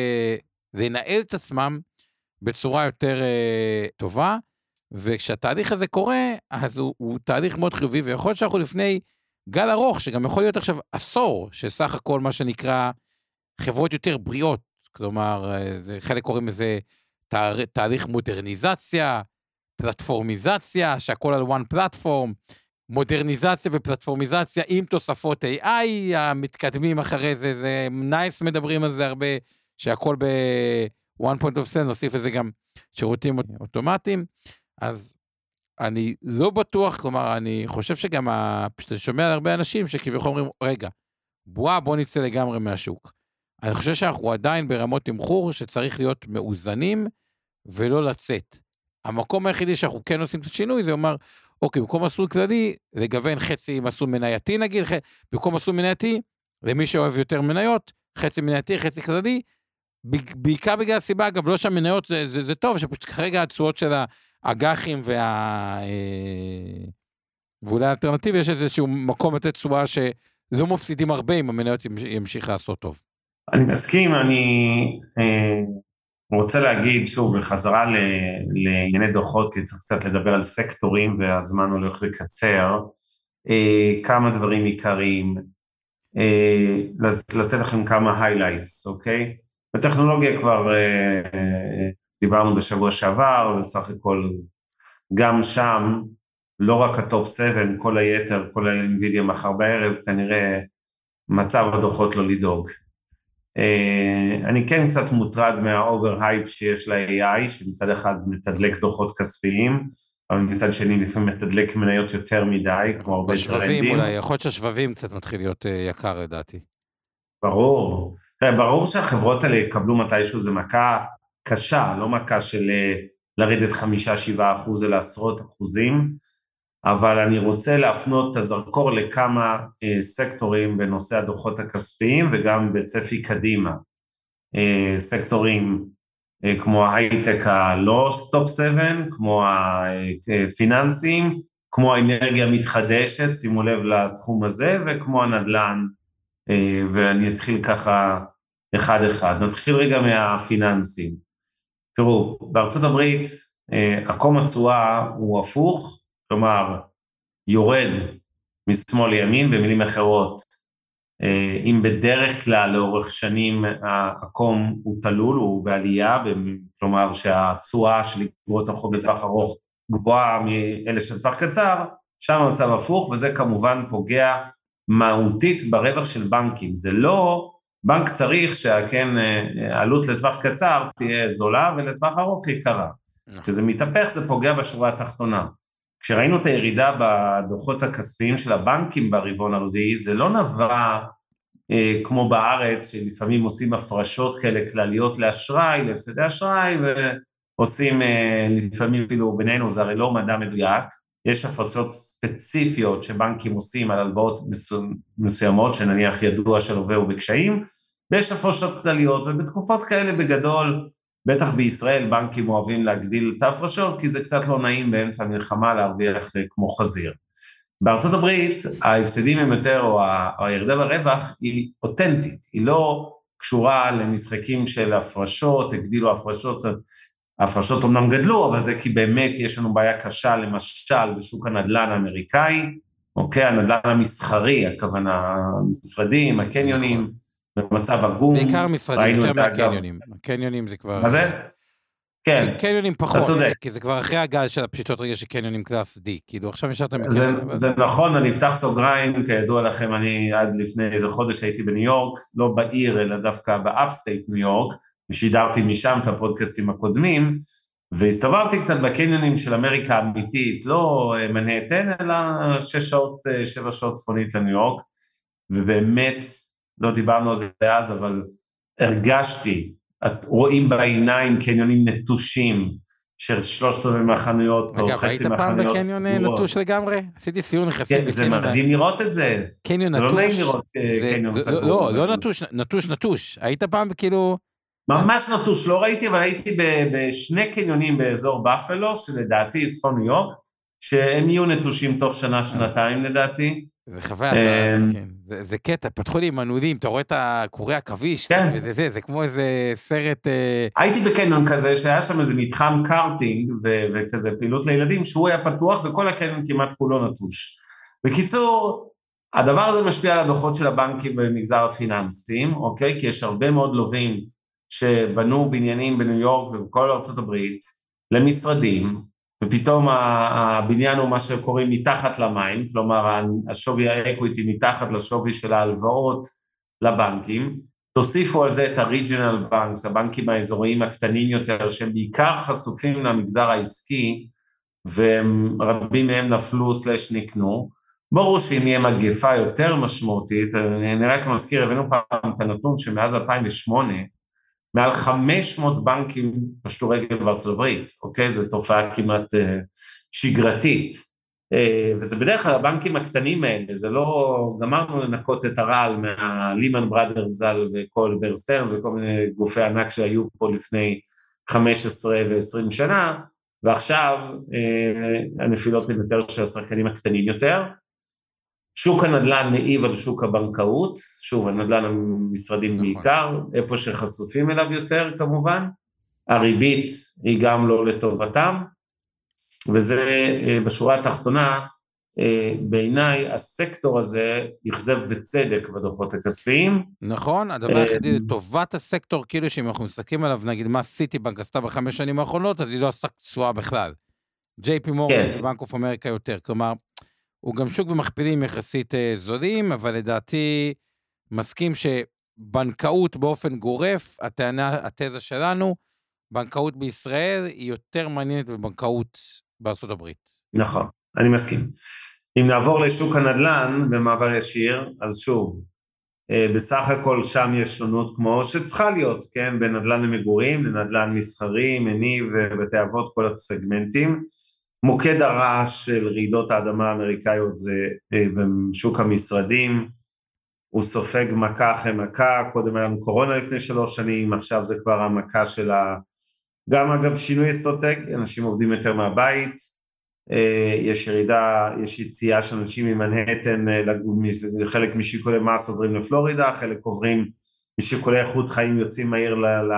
לנהל את עצמם, בצורה יותר טובה, וכשהתהליך הזה קורה, אז הוא תהליך מאוד חיובי, ויכול להיות שאנחנו לפני גל ארוך, שגם יכול להיות עכשיו עשור, שסך הכל מה שנקרא חברות יותר בריאות, כלומר, חלק קוראים לזה תהליך מודרניזציה, פלטפורמיזציה, שהכל על one platform, מודרניזציה ופלטפורמיזציה עם תוספות AI, המתקדמים אחרי זה, זה נייס מדברים על זה הרבה, שהכל one point of sale, נוסיף לזה גם שירותים אוטומטיים, אז אני לא בטוח, כלומר, אני חושב שגם, שומע על הרבה אנשים שכביכול אומרים, רגע, בוא נצא לגמרי מהשוק. אני חושב שאנחנו עדיין ברמות תמחור, שצריך להיות מאוזנים, ולא לצאת. המקום היחידי שאנחנו כן עושים קצת שינוי, זה אומר, אוקיי, במקום מסלול כללי, לגוון חצי מסלול מנייתי נגיד, במקום מסלול מנייתי, למי שאוהב יותר מניות, חצי מנייתי, חצי כללי, בעיקר בגלל הסיבה, אגב, לא שהמניות זה טוב, שפשוט כרגע התשואות של האג"חים ואולי האלטרנטיבי, יש איזשהו מקום לתת תשואה שלא מפסידים הרבה אם המניות ימשיך לעשות טוב. אני מסכים, אני רוצה להגיד שוב, בחזרה לענייני דוחות, כי צריך קצת לדבר על סקטורים, והזמן הולך לקצר, כמה דברים עיקריים, לתת לכם כמה highlights, אוקיי? בטכנולוגיה כבר דיברנו בשבוע שעבר, וסך הכל גם שם, לא רק הטופ 7, כל היתר, כל ה-NVIDIA מחר בערב, כנראה מצב הדוחות לא לדאוג. אני כן קצת מוטרד מה-over-hype שיש ל-AI, שמצד אחד מתדלק דוחות כספיים, אבל מצד שני לפעמים מתדלק מניות יותר מדי, כמו הרבה בשבבים אולי, יכול להיות שהשבבים קצת מתחיל להיות יקר לדעתי. ברור. ברור שהחברות האלה יקבלו מתישהו, זה מכה קשה, לא מכה של לרדת 5-7%, אלא עשרות אחוזים, אבל אני רוצה להפנות את הזרקור לכמה סקטורים בנושא הדוחות הכספיים, וגם בצפי קדימה. סקטורים כמו ההייטק הלא סטופ 7, כמו הפיננסים, כמו האנרגיה המתחדשת, שימו לב לתחום הזה, וכמו הנדל"ן, ואני אתחיל ככה אחד. נתחיל רגע מהפיננסים. תראו, בארצות הברית, עקום התשואה הוא הפוך, כלומר, יורד משמאל לימין, במילים אחרות, אם בדרך כלל לאורך שנים העקום הוא תלול, הוא בעלייה, כלומר שהתשואה של אגרות החוב לטווח ארוך גבוהה מאלה של טווח קצר, שם המצב הפוך, וזה כמובן פוגע מהותית ברווח של בנקים. זה לא, בנק צריך שהכן עלות לטווח קצר תהיה זולה, ולטווח ארוך יקרה. כשזה מתהפך זה פוגע בשורה התחתונה. כשראינו את הירידה בדוחות הכספיים של הבנקים ברבעון הרביעי, זה לא נבע כמו בארץ, שלפעמים עושים הפרשות כאלה כלליות לאשראי, להפסדי אשראי, ועושים לפעמים אפילו בינינו, זה הרי לא מדע מדויק, יש הפרשות ספציפיות שבנקים עושים על הלוואות מסוימות, שנניח ידוע שלווה הוא בקשיים, ויש הפרשות כלליות, ובתקופות כאלה בגדול, בטח בישראל בנקים אוהבים להגדיל את ההפרשות, כי זה קצת לא נעים באמצע המלחמה להרוויח כמו חזיר. בארצות הברית ההפסדים הם יותר, או הירידה ברווח היא אותנטית, היא לא קשורה למשחקים של הפרשות, הגדילו הפרשות, ההפרשות אומנם גדלו, אבל זה כי באמת יש לנו בעיה קשה, למשל בשוק הנדל"ן האמריקאי, אוקיי, הנדל"ן המסחרי, הכוונה המשרדים, הקניונים, במצב עגום. בעיקר משרדים, יותר מהקניונים. הקניונים זה כבר... מה זה? כן. קניונים פחות, כי זה כבר אחרי הגל של הפשיטות רגע של קניונים קלאס D, כאילו עכשיו נשארת מקניונים. זה נכון, אני אפתח סוגריים, כידוע לכם, אני עד לפני איזה חודש הייתי בניו יורק, לא בעיר, אלא דווקא באפסטייט ניו יורק, ושידרתי משם את הפודקאסטים הקודמים, והסתובבתי קצת בקניונים של אמריקה האמיתית, לא מנהטן, אלא 7 שעות צפונית לניו יורק, ובאמת, לא דיברנו על זה אז, אבל הרגשתי, רואים בעיניים קניונים נטושים, של 3/4 מהחנויות, או חצי מהחנויות סגורות. אגב, היית פעם בקניון נטוש לגמרי? עשיתי סיור נכסים בקניון. זה מדהים לראות את זה. קניון נטוש. זה לא נעים לראות קניון סגור. לא נטוש. היית פעם כאילו... ממש נטוש, לא ראיתי, אבל הייתי בשני קניונים באזור באפלו, שלדעתי צפון ניו יורק, שהם יהיו נטושים תוך שנה-שנתיים לדעתי. זה חוויה, זה קטע, פתחו לי מנעודים, אתה רואה את הקורי עכביש, זה כמו איזה סרט... הייתי בקניון כזה, שהיה שם איזה מתחם קארטינג, וכזה פעילות לילדים, שהוא היה פתוח, וכל הקניון כמעט כולו נטוש. בקיצור, הדבר הזה משפיע על הדוחות של הבנקים במגזר הפיננסים, אוקיי? כי יש הרבה מאוד לווים שבנו בניינים בניו יורק ובכל ארצות הברית, למשרדים, ופתאום הבניין הוא מה שקוראים מתחת למים, כלומר השווי האקוויטי מתחת לשווי של ההלוואות לבנקים, תוסיפו על זה את הריג'ינל בנקס, הבנקים האזוריים הקטנים יותר, שהם בעיקר חשופים למגזר העסקי, ורבים מהם נפלו / נקנו, ברור שאם יהיה מגפה יותר משמעותית, אני רק מזכיר, הבאנו פעם את הנתון שמאז 2008, מעל 500 בנקים פשטו רגל בארצות הברית, אוקיי? זו תופעה כמעט שגרתית, וזה בדרך כלל הבנקים הקטנים האלה, זה לא, גמרנו לנקות את הרעל מהלימן בראדרס ז"ל וכל בר סטרנס וכל מיני גופי ענק שהיו פה לפני 15 ו-20 שנה, ועכשיו הנפילות הן יותר של השחקנים הקטנים יותר, שוק הנדל"ן מעיב על שוק הבנקאות, שוב, הנדל"ן המשרדים נכון. בעיקר, איפה שחשופים אליו יותר כמובן, הריבית היא גם לא לטובתם, וזה בשורה התחתונה, בעיניי הסקטור הזה יחזב בצדק בדוחות הכספיים. נכון, הדבר היחידי זה טובת הסקטור, כאילו שאם אנחנו מסתכלים עליו, נגיד מה סיטי בנק עשתה ב5 שנים האחרונות, אז היא לא עשה תשואה בכלל. JP מורגן ובנק אוף אמריקה יותר, כלומר, הוא גם שוק במכפילים יחסית זולים, אבל לדעתי מסכים שבנקאות באופן גורף, התזה שלנו, בנקאות בישראל היא יותר מעניינת בבנקאות בארצות הברית. נכון, אני מסכים. אם נעבור לשוק הנדל"ן במעבר ישיר, אז שוב, בסך הכל שם יש שונות כמו שצריכה להיות, כן? בין נדל"ן למגורים, לנדל"ן מסחרי, מניב ובתי אבות, כל הסגמנטים. מוקד הרעש של רעידות האדמה האמריקאיות זה בשוק המשרדים, הוא סופג מכה אחרי מכה, קודם היה לנו קורונה לפני 3 שנים, עכשיו זה כבר המכה של גם אגב שינוי אסטרטגי, אנשים עובדים יותר מהבית, יש ירידה, יש יציאה של אנשים ממנהטן, חלק משיקולי מס עוברים לפלורידה, חלק עוברים משיקולי איכות חיים יוצאים מהעיר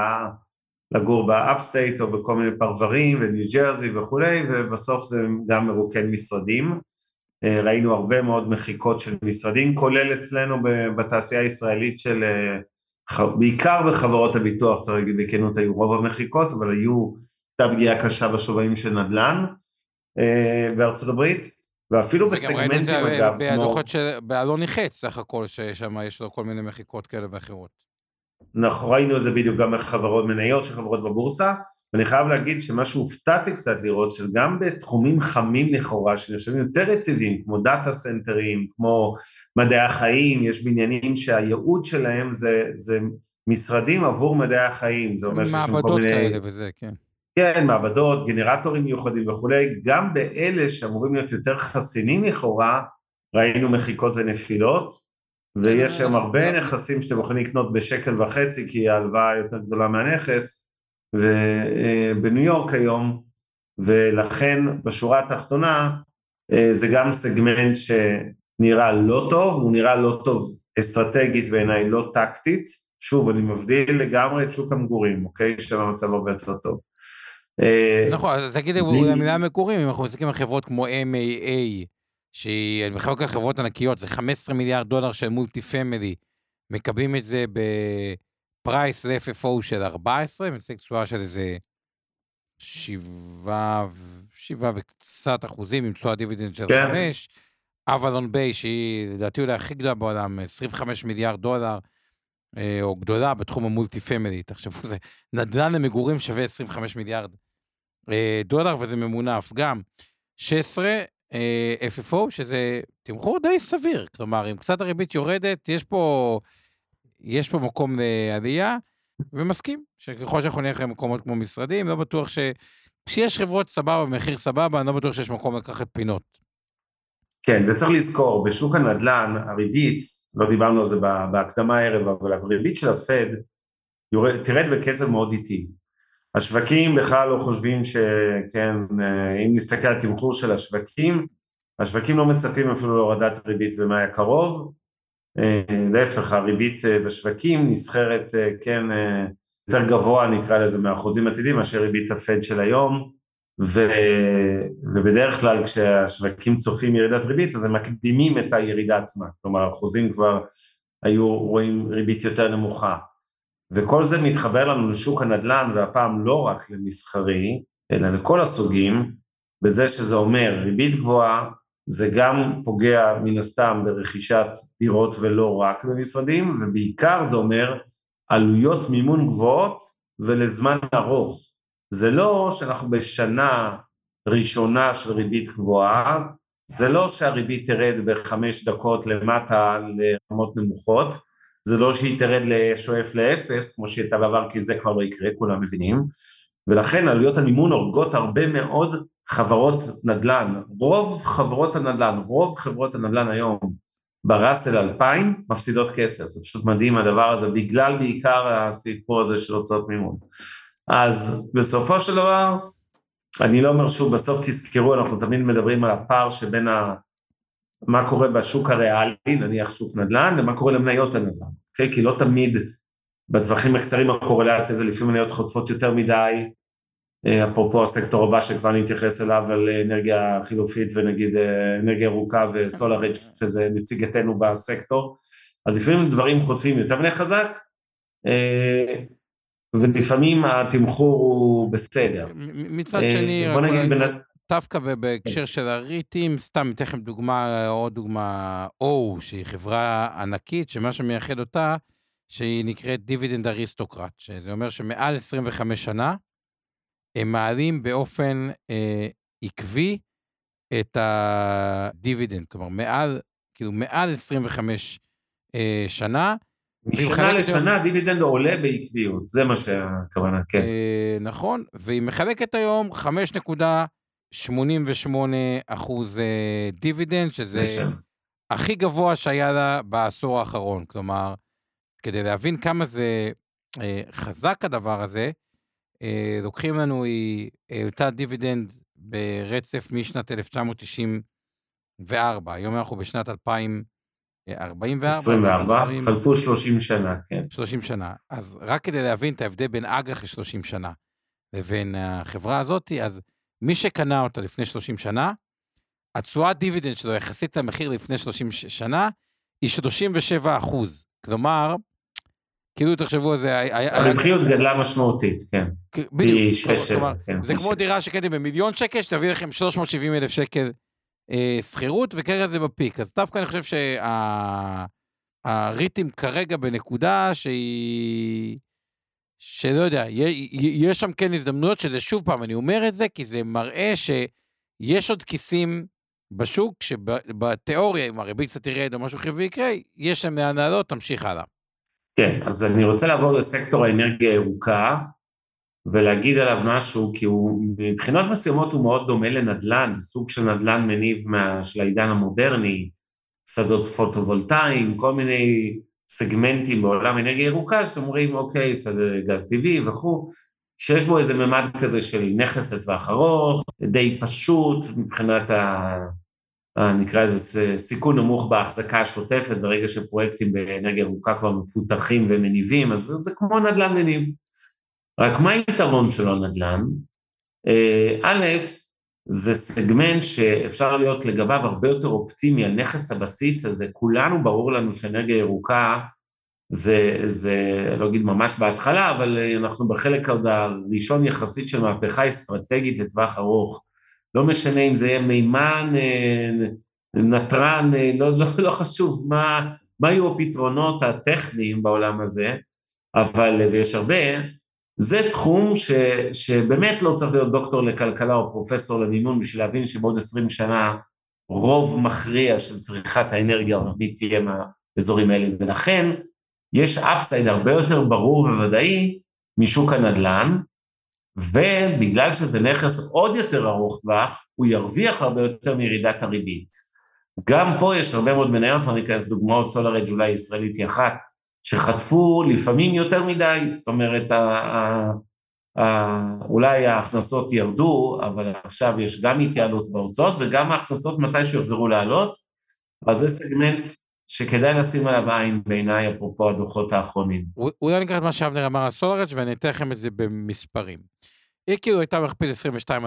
לגור באפסטייט או בכל מיני פרברים וניו ג'רזי וכולי, ובסוף זה גם מרוקן משרדים. ראינו הרבה מאוד מחיקות של משרדים, כולל אצלנו בתעשייה הישראלית של, בעיקר בחברות הביטוח, צריך להגיד בכנות, היו רוב המחיקות, אבל הייתה פגיעה קשה בשווים של נדל"ן בארצות הברית, ואפילו בסגמנטים אגב. בדוחות של באלון נחץ, סך הכל ששם יש לו כל מיני מחיקות כאלה ואחרות. אנחנו ראינו את זה בדיוק גם בחברות מניות של חברות בבורסה, ואני חייב להגיד שמה שהופתעתי קצת לראות, שגם בתחומים חמים לכאורה, שנחשבים יותר יציבים, כמו דאטה סנטרים, כמו מדעי החיים, יש בניינים שהייעוד שלהם זה משרדים עבור מדעי החיים, זה אומר שיש שם כל מיני... מעבדות כאלה וזה, כן. כן, מעבדות, גנרטורים מיוחדים וכולי, גם באלה שאמורים להיות יותר חסינים לכאורה, ראינו מחיקות ונפילות, ויש שם הרבה נכסים שאתם יכולים לקנות ב1.50 כי ההלוואה יותר גדולה מהנכס, ובניו יורק היום, ולכן בשורה התחתונה, זה גם סגמנט שנראה לא טוב, הוא נראה לא טוב אסטרטגית בעיניי, לא טקטית, שוב אני מבדיל לגמרי את שוק המגורים, אוקיי? שם המצב הרבה יותר טוב. נכון, אז תגיד אולי מילה המקורים, אם אנחנו מסתכלים על חברות כמו MAA, שהיא בכלל כל חברות ענקיות, זה $15 מיליארד של מולטי פמילי, מקבלים את זה בפרייס ל-FFO של 14, מצליק תשואה של איזה 7 וקצת אחוזים, עם תשואה דיבידנד של 5, אבלון ביי, שהיא לדעתי אולי הכי גדולה בעולם, $25 מיליארד, או גדולה בתחום המולטי פמילי, תחשבו, זה נדל"ן למגורים שווה $25 מיליארד, וזה ממונף גם 16 FFO, שזה תמחור די סביר, כלומר, אם קצת הריבית יורדת, יש פה מקום לעלייה, ומסכים, שככל שאנחנו נלך למקומות כמו משרדים, לא בטוח שיש חברות סבבה, במחיר סבבה, אני לא בטוח שיש מקום לקחת פינות. כן, וצריך לזכור, בשוק הנדל"ן, הריבית, לא דיברנו על זה בהקדמה הערב, אבל הריבית של הפד, תרד בקצב מאוד איטי. השווקים בכלל לא חושבים שכן, אם נסתכל על תמחור של השווקים לא מצפים אפילו להורדת ריבית במאי הקרוב, להפך, הריבית בשווקים נסחרת, כן, יותר גבוה נקרא לזה מאחוזים עתידים, מאשר ריבית הפד של היום, ובדרך כלל כשהשווקים צופים ירידת ריבית, אז הם מקדימים את הירידה עצמה, כלומר האחוזים כבר היו רואים ריבית יותר נמוכה, וכל זה מתחבר לנו לשוק הנדל"ן, והפעם לא רק למסחרי, אלא לכל הסוגים, בזה שזה אומר ריבית גבוהה, זה גם פוגע מן הסתם ברכישת דירות ולא רק במשרדים, ובעיקר זה אומר עלויות מימון גבוהות ולזמן ארוך. זה לא שאנחנו בשנה ראשונה של ריבית גבוהה, זה לא שהריבית תרד ב5 דקות למטה לרמות נמוכות, זה לא שהיא תרד לשואף לאפס, כמו שהייתה בעבר, כי זה כבר לא יקרה, כולם מבינים, ולכן עלויות המימון הורגות הרבה מאוד חברות נדל"ן, רוב חברות הנדל"ן היום ברסל 2000 מפסידות כסף, זה פשוט מדהים הדבר הזה, בגלל בעיקר הסיפור הזה של הוצאות מימון. אז בסופו של דבר, אני לא אומר שוב, בסוף תזכרו, אנחנו תמיד מדברים על הפער שבין מה קורה בשוק הריאלי, נניח שוק נדל"ן, ומה קורה למניות הנדל"ן, okay? כי לא תמיד בטווחים הקצרים הקורלציה, זה לפעמים מניות חוטפות יותר מדי, אפרופו הסקטור הבא שכבר נתייחס אליו, על אנרגיה חילופית ונגיד אנרגיה ירוקה וסולארית, שזה נציגתנו בסקטור, אז לפעמים דברים חוטפים יותר מדי חזק, ולפעמים התמחור הוא בסדר. מצד שני, דווקא בהקשר של הריטים, סתם ניתן לכם דוגמה, עוד דוגמה, או, שהיא חברה ענקית, שמה שמייחד אותה, שהיא נקראת דיבידנד אריסטוקרט, שזה אומר שמעל 25 שנה, הם מעלים באופן עקבי את הדיבידנד, כלומר, מעל 25 שנה, משנה לשנה דיבידנד עולה בעקביות, זה מה שהכוונה, כן. נכון, והיא מחלקת היום 5.88% דיבידנד, שזה הכי גבוה שהיה לה בעשור האחרון, כלומר, כדי להבין כמה זה חזק הדבר הזה, לוקחים לנו, היא העלתה דיבידנד ברצף משנת 1994, היום אנחנו בשנת 2024, חלפו 30 שנה, כן. 30 שנה, אז רק כדי להבין את ההבדל בין אג"ח ל-30 שנה, לבין החברה הזאת, אז מי שקנה אותה לפני 30 שנה, התשואת דיבידנד שלו יחסית למחיר לפני 30 שנה, היא 37%, כלומר, כאילו תחשבו, הרווחיות גדלה משמעותית, כן. בדיוק, זה כמו דירה שקניתי ב1,000,000 שקל, שתביא לכם 370,000 שקל שכירות, וכרגע זה בפיק, אז דווקא אני חושב שהריטים כרגע בנקודה שלא יודע, יש שם כן הזדמנויות שזה שוב פעם, אני אומר את זה, כי זה מראה שיש עוד כיסים בשוק, שבתיאוריה, אם הריבית קצת תרד או משהו חיובי יקרה, יש שם להנהלות, תמשיך הלאה. כן, אז אני רוצה לעבור לסקטור האנרגיה הירוקה, ולהגיד עליו משהו, כי הוא, מבחינות מסוימות הוא מאוד דומה לנדל"ן, זה סוג של נדל"ן מניב של העידן המודרני, שדות פוטו-וולטאיים, כל מיני סגמנטים בעולם אנרגיה ירוקה, שאומרים, אוקיי, גז טבעי וכו', שיש בו איזה ממד כזה של נכס לטווח ארוך, די פשוט מבחינת נקרא איזה סיכון נמוך בהחזקה השוטפת, ברגע שפרויקטים באנרגיה ירוקה כבר מפותחים ומניבים, אז זה כמו נדל"ן מניב. רק מה היתרון שלו נדל"ן? א', זה סגמנט שאפשר להיות לגביו הרבה יותר אופטימי, על נכס הבסיס הזה, כולנו ברור לנו שאנרגיה ירוקה, זה לא אגיד ממש בהתחלה, אבל אנחנו בחלק הראשון יחסית של מהפכה אסטרטגית לטווח ארוך, לא משנה אם זה יהיה מימן, נטרן, לא חשוב מה יהיו הפתרונות הטכניים בעולם הזה, אבל ויש הרבה, זה תחום שבאמת לא צריך להיות דוקטור לכלכלה או פרופסור למימון, בשביל להבין שבעוד 20 שנה רוב מכריע של צריכת האנרגיה העולמית תהיה מהאזורים האלה, ולכן יש אפסייד הרבה יותר ברור וודאי משוק הנדל"ן, ובגלל שזה נכס עוד יותר ארוך טווח, הוא ירוויח הרבה יותר מירידת הריבית. גם פה יש הרבה מאוד מניות, ואני אכנס דוגמאות, SolarEdge אולי ישראלית היא אחת, שחטפו לפעמים יותר מדי, זאת אומרת, אולי ההכנסות ירדו, אבל עכשיו יש גם התייעלות בהוצאות, וגם ההכנסות מתי שיחזרו לעלות, אז זה סגמנט שכדאי לשים עליו עין בעיניי, אפרופו הדוחות האחרונים. אולי נקרא את מה שאבנר אמר על SolarEdge, ואני אתן לכם את זה במספרים. היא כאילו הייתה מכפיל 22,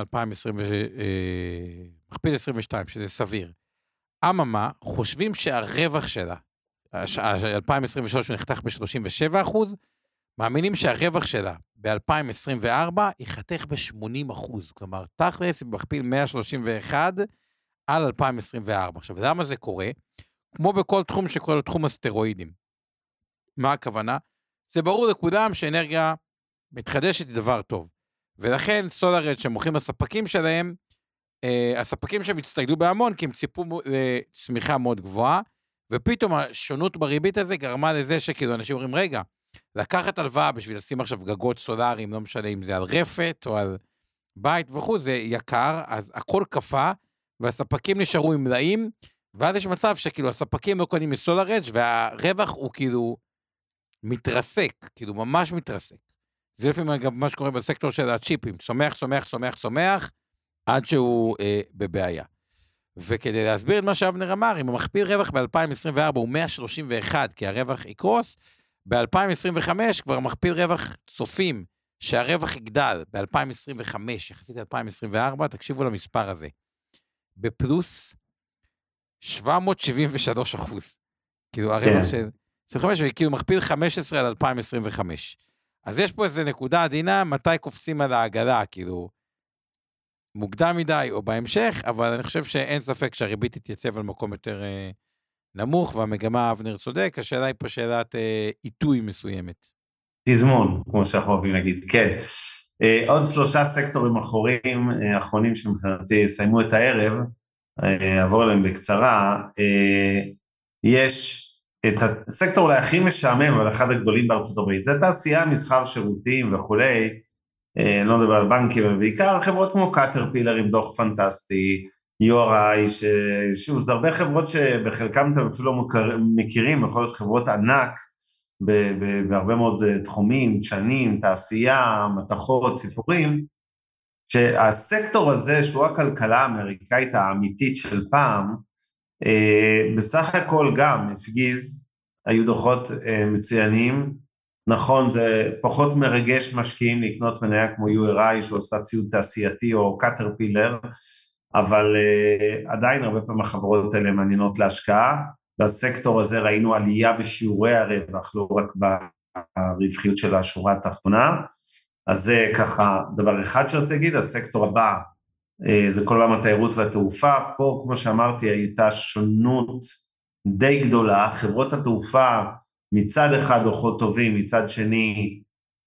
מכפיל 22, שזה סביר. אממה, חושבים שהרווח שלה, 2023 הוא נחתך ב-37%, מאמינים שהרווח שלה ב-2024 יחתך ב-80%, כלומר, תכלס מכפיל 131 על 2024. עכשיו, למה זה קורה? כמו בכל תחום שקורא לו תחום הסטרואידים. מה הכוונה? זה ברור לכולם שאנרגיה מתחדשת היא דבר טוב, ולכן SolarEdge שמוכרים הספקים שלהם, הספקים שהם הצטיידו בהמון, כי הם ציפו לצמיחה מאוד גבוהה, ופתאום השונות בריבית הזה גרמה לזה שכאילו אנשים אומרים, רגע, לקחת הלוואה בשביל לשים עכשיו גגות סולאריים, לא משנה אם זה על רפת או על בית וכו', זה יקר, אז הכל קפה, והספקים נשארו עם מלאים, ואז יש מצב שכאילו הספקים לא קונים מסולארג' והרווח הוא כאילו מתרסק, כאילו ממש מתרסק. זה לפעמים אגב מה שקורה בסקטור של הצ'יפים, סומך, עד שהוא בבעיה. וכדי להסביר את מה שאבנר אמר, אם המכפיל רווח ב-2024 הוא 131, כי הרווח יקרוס, ב-2025 כבר מכפיל רווח צופים, שהרווח יגדל ב-2025, יחסית ל-2024, תקשיבו למספר הזה, בפלוס 773%. כאילו הרווח של 25, וכאילו מכפיל 15 על 2025. אז יש פה איזו נקודה עדינה, מתי קופצים על העגלה, כאילו, מוקדם מדי או בהמשך, אבל אני חושב שאין ספק שהריבית תתייצב על מקום יותר נמוך, והמגמה אבנר צודק, השאלה היא פה שאלת עיתוי מסוימת. תזמון, כמו שאנחנו אוהבים להגיד, כן. עוד 3 סקטורים אחרונים שמבחינתי סיימו את הערב, עבור להם בקצרה, יש את הסקטור אולי הכי משעמם, אבל אחד הגדולים בארצות הברית, זה תעשייה, מסחר, שירותים וכולי, אני לא מדבר על בנקים, אבל בעיקר חברות כמו קאטרפילר עם דוח פנטסטי, URI, שוב, זה הרבה חברות שבחלקם אתם אפילו מכירים, יכול להיות חברות ענק, בהרבה מאוד תחומים, שנים, תעשייה, מתכות, סיפורים, שהסקטור הזה, שהוא הכלכלה האמריקאית האמיתית של פעם, בסך הכל גם הפגיז, היו דוחות מצוינים, נכון, זה פחות מרגש משקיעים לקנות מניה כמו URI, שעושה ציוד תעשייתי או קאטרפילר, אבל עדיין הרבה פעמים החברות האלה מעניינות להשקעה, בסקטור הזה ראינו עלייה בשיעורי הרווח, לא רק ברווחיות של השורה התחתונה, אז זה ככה דבר אחד שרצה להגיד. הסקטור הבא, זה כל עולם התיירות והתעופה, פה כמו שאמרתי הייתה שונות די גדולה, חברות התעופה מצד אחד דוחות טובים, מצד שני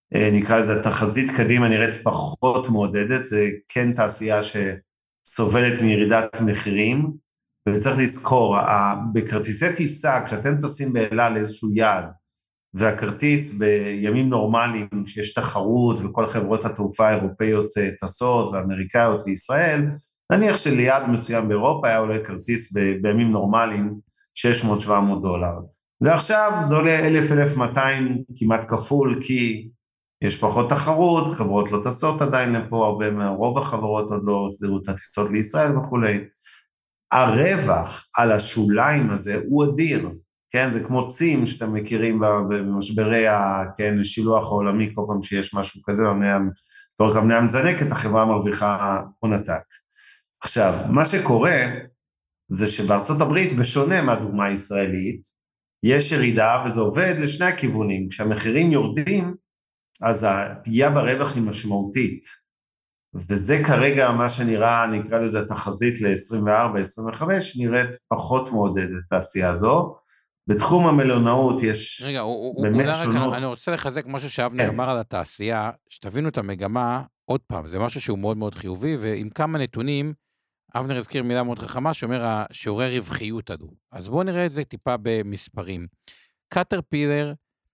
נקרא לזה תחזית קדימה נראית פחות מעודדת, זה כן תעשייה שסובלת מירידת מחירים, וצריך לזכור, בכרטיסי טיסה, כשאתם טסים באלה לאיזשהו יעד, והכרטיס בימים נורמליים, שיש תחרות וכל חברות התעופה האירופאיות טסות ואמריקאיות לישראל, נניח שליעד מסוים באירופה היה עולה כרטיס בימים נורמליים $600-700, ועכשיו זה עולה 1,000-1,200 כמעט כפול, כי יש פחות תחרות, חברות לא טסות עדיין לפה, רוב החברות עוד לא החזירו את הטיסות לישראל וכולי. הרווח על השוליים הזה הוא אדיר, כן, זה כמו צים שאתם מכירים במשברי השילוח העולמי, כל פעם שיש משהו כזה, המניה מזנקת, החברה מרוויחה הון עתק. עכשיו, מה שקורה, זה שבארצות הברית, בשונה מהדוגמה הישראלית, יש ירידה וזה עובד לשני הכיוונים, כשהמחירים יורדים, אז הפגיעה ברווח היא משמעותית, וזה כרגע מה שנראה, נקרא לזה תחזית ל-24-25, נראית פחות מעודדת התעשייה הזו. בתחום המלונאות יש באמת שונות. אני רוצה לחזק משהו שאבנר אמר על התעשייה, שתבינו את המגמה, עוד פעם, זה משהו שהוא מאוד מאוד חיובי, ועם כמה נתונים, אבנר הזכיר מילה מאוד חכמה, שאומר שיעורי רווחיות עלו. אז בואו נראה את זה טיפה במספרים. קטרפילר,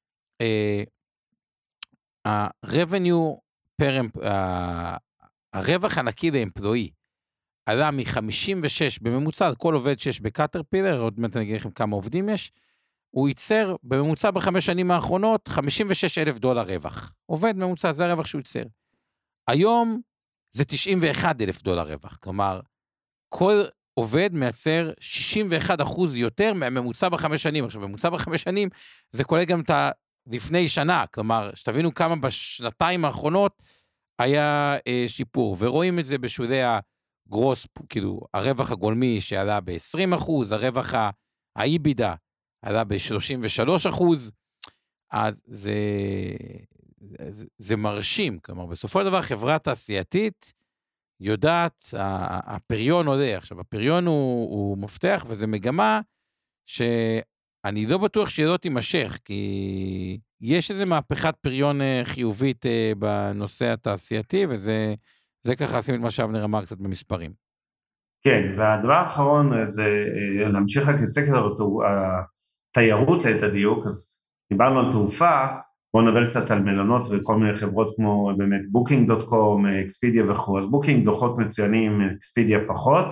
הרווח הנקי לאמפלואי, עלה מ-56 בממוצע, כל עובד שיש בקטרפילר, עוד מעט אני אגיד לכם כמה עובדים יש, הוא ייצר בממוצע ב5 שנים האחרונות, $56,000 רווח. עובד ממוצע, זה הרווח שהוא ייצר. היום זה $91,000 רווח, כלומר, כל עובד מייצר 61% יותר מהממוצע ב5 שנים. עכשיו, ממוצע ב5 שנים, זה כולל גם את לפני שנה, כלומר, שתבינו כמה בשנתיים האחרונות היה שיפור, ורואים את זה בשולי הגרוס, כאילו, הרווח הגולמי שעלה ב-20%, הרווח האיבידה עלה ב-33%, אז זה מרשים, כלומר, בסופו של דבר, חברה תעשייתית יודעת, הפריון עולה, עכשיו, הפריון הוא מפתח, וזה מגמה שאני לא בטוח שלא תימשך, כי יש איזו מהפכת פריון חיובית בנושא התעשייתי, וזה ככה עושים את מה שאבנר אמר קצת במספרים. כן, והדבר האחרון זה להמשיך רק את סקר התיירות לעת הדיוק, אז דיברנו על תעופה, בואו נדבר קצת על מלונות וכל מיני חברות כמו באמת Booking.com, Expedia וכו', אז Booking דוחות מצוינים, Expedia פחות,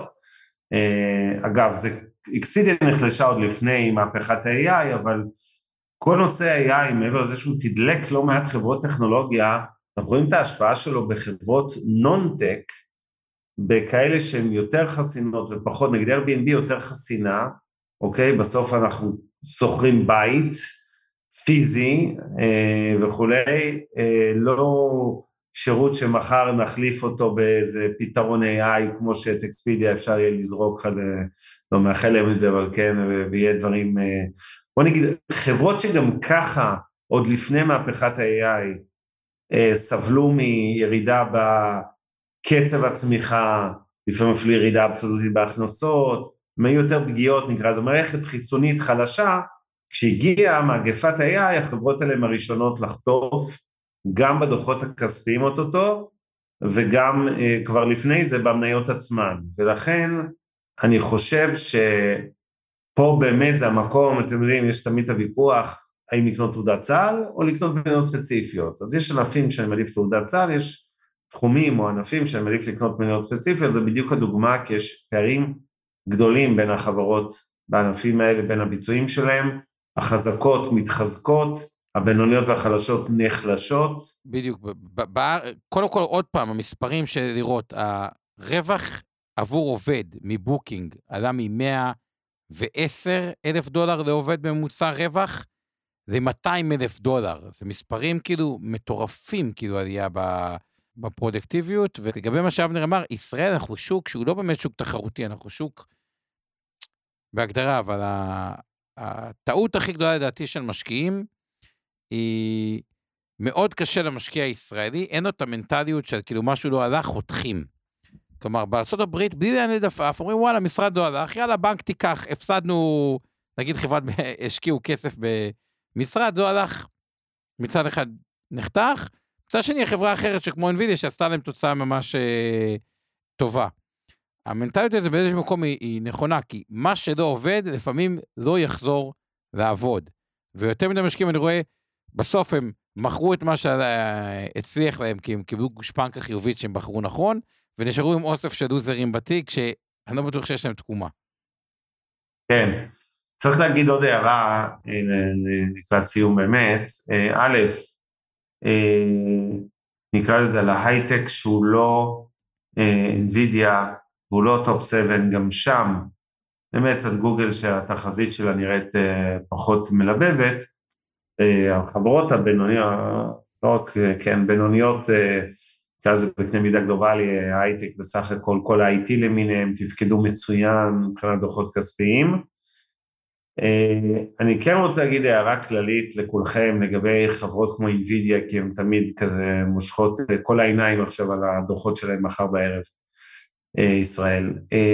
אגב, Expedia נחלשה עוד לפני מהפכת ה-AI, אבל כל נושא ה-AI, מעבר לזה שהוא תדלק לא מעט חברות טכנולוגיה, אנחנו רואים את ההשפעה שלו בחברות נון-טק, בכאלה שהן יותר חסינות ופחות, נגיד Airbnb יותר חסינה, אוקיי? בסוף אנחנו שוכרים בית פיזי וכולי, לא שירות שמחר נחליף אותו באיזה פתרון AI, כמו שאת אקספידיה אפשר יהיה לזרוק, לא מאחל להם את זה, אבל כן, ויהיה דברים, בוא נגיד, חברות שגם ככה, עוד לפני מהפכת ה-AI, סבלו מירידה בקצב הצמיחה, לפעמים אפילו ירידה אבסולוטית בהכנסות, מהיו יותר פגיעות, נקרא, זו מערכת חיצונית חלשה, כשהגיעה מגפת ה-AI, החברות האלה הן הראשונות לחטוף, גם בדוחות הכספיים אותו, וגם כבר לפני זה במניות עצמן, ולכן אני חושב שפה באמת זה המקום, אתם יודעים, יש תמיד הוויכוח, האם לקנות תעודת צה"ל, או לקנות מניות ספציפיות, אז יש ענפים שאני מעדיף תעודת צה"ל, יש תחומים או ענפים שאני מעדיף לקנות מניות ספציפיות, זה בדיוק הדוגמה, כי יש פערים גדולים בין החברות, בענפים האלה, בין הביצועים שלהם, החזקות מתחזקות, הבינוניות והחלשות נחלשות. בדיוק, קודם כל עוד פעם, המספרים של לראות, הרווח עבור עובד מבוקינג עלה $110,000 לעובד בממוצע רווח, ל$200,000, זה מספרים כאילו מטורפים, כאילו עלייה בפרודקטיביות, ולגבי מה שאבנר אמר, ישראל אנחנו שוק שהוא לא באמת שוק תחרותי, אנחנו שוק בהגדרה, אבל הטעות הכי גדולה לדעתי של משקיעים, היא מאוד קשה למשקיע הישראלי, אין לו את המנטליות של כאילו משהו לא הלך, חותכים. כלומר, בארצות הברית, בלי לענד דפף, אומרים וואלה, משרד לא הלך, יאללה, בנק תיקח, הפסדנו, נגיד חברת השקיעו כסף במשרד, לא הלך, מצד אחד נחתך, מצד שני, החברה אחרת שכמו NVIDIA, שעשתה להם תוצאה ממש טובה. המנטליות הזה באיזשהו מקום היא נכונה, כי מה שלא עובד, לפעמים לא יחזור לעבוד. ויותר מדי משקיעים, אני רואה, בסוף הם מכרו את מה שהצליח להם, כי הם קיבלו גושפנקה חיובית שהם בחרו נכון, ונשארו עם אוסף של לוזרים בתיק, שאני לא בטוח שיש להם תקומה. כן, צריך להגיד עוד הערה, לקראת סיום באמת, א', נקרא לזה על ההייטק שהוא לא NVIDIA, הוא לא טופ 7, גם שם, באמת את גוגל שהתחזית שלה נראית פחות מלבבת, החברות הבינוניות, לא רק, כן, בינוניות, זה בקנה מידה גלובלי, ההייטק בסך הכל, כל ה-IT למיניהם, תפקדו מצוין מבחינת דוחות כספיים. אני כן רוצה להגיד הערה כללית לכולכם לגבי חברות כמו NVIDIA, כי הן תמיד כזה מושכות כל העיניים עכשיו על הדוחות שלהם מחר בערב, ישראל.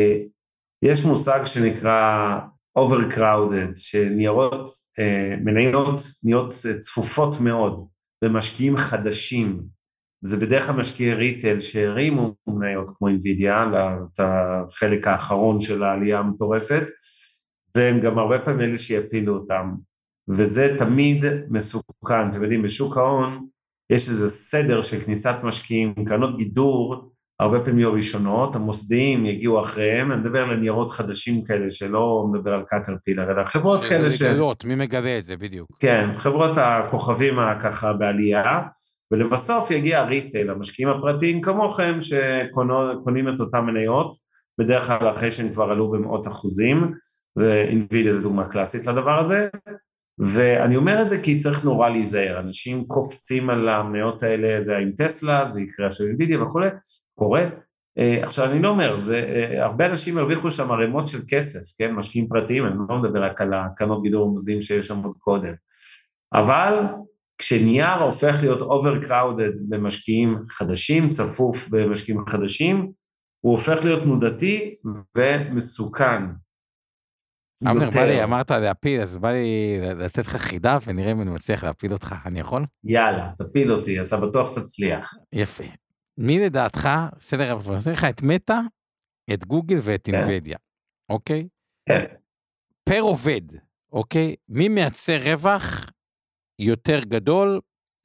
יש מושג שנקרא overcrowded, שניירות, מניות נהיות צפופות מאוד במשקיעים חדשים, זה בדרך כלל משקיעי ריטל שהרימו מניות כמו NVIDIA, את החלק האחרון של העלייה המטורפת, והם גם הרבה פעמים אלה שיפילו אותם, וזה תמיד מסוכן. אתם יודעים, בשוק ההון יש איזה סדר של כניסת משקיעים, קרנות גידור, הרבה פעמים יהיו ראשונות, המוסדיים יגיעו אחריהם, אני מדבר על ניירות חדשים כאלה, שלא מדבר על קטרפילר, אלא חברות כאלה מי מגלה את זה בדיוק? כן, חברות הכוכבים ככה בעלייה, ולבסוף יגיע הריטל, המשקיעים הפרטיים כמוכם, שקונים את אותם מניות, בדרך כלל אחרי שהם כבר עלו במאות אחוזים, זה NVIDIA, זה דוגמה קלאסית לדבר הזה, ואני אומר את זה כי צריך נורא להיזהר, אנשים קופצים על המניות האלה, זה עם טסלה, זה יקרה של NVIDIA וכו', קורה. עכשיו אני לא אומר, הרבה אנשים הרוויחו שם ערימות של כסף, כן, משקיעים פרטיים, אני לא מדבר רק על הקרנות גידור ומוסדיים שיש שם עוד קודם, אבל כשנייר הופך להיות overcrowded במשקיעים חדשים, צפוף במשקיעים חדשים, הוא הופך להיות תנודתי ומסוכן. אבנר, בא לי, אמרת להפיל, אז בא לי לתת לך חידה, ונראה אם אני מצליח להפיל אותך, אני יכול? יאללה, תפיל אותי, אתה בטוח תצליח. יפה. מי לדעתך, סדר, אני עושה לך את מטה, את גוגל ואת NVIDIA, אוקיי? כן. פר עובד, אוקיי? מי מייצר רווח יותר גדול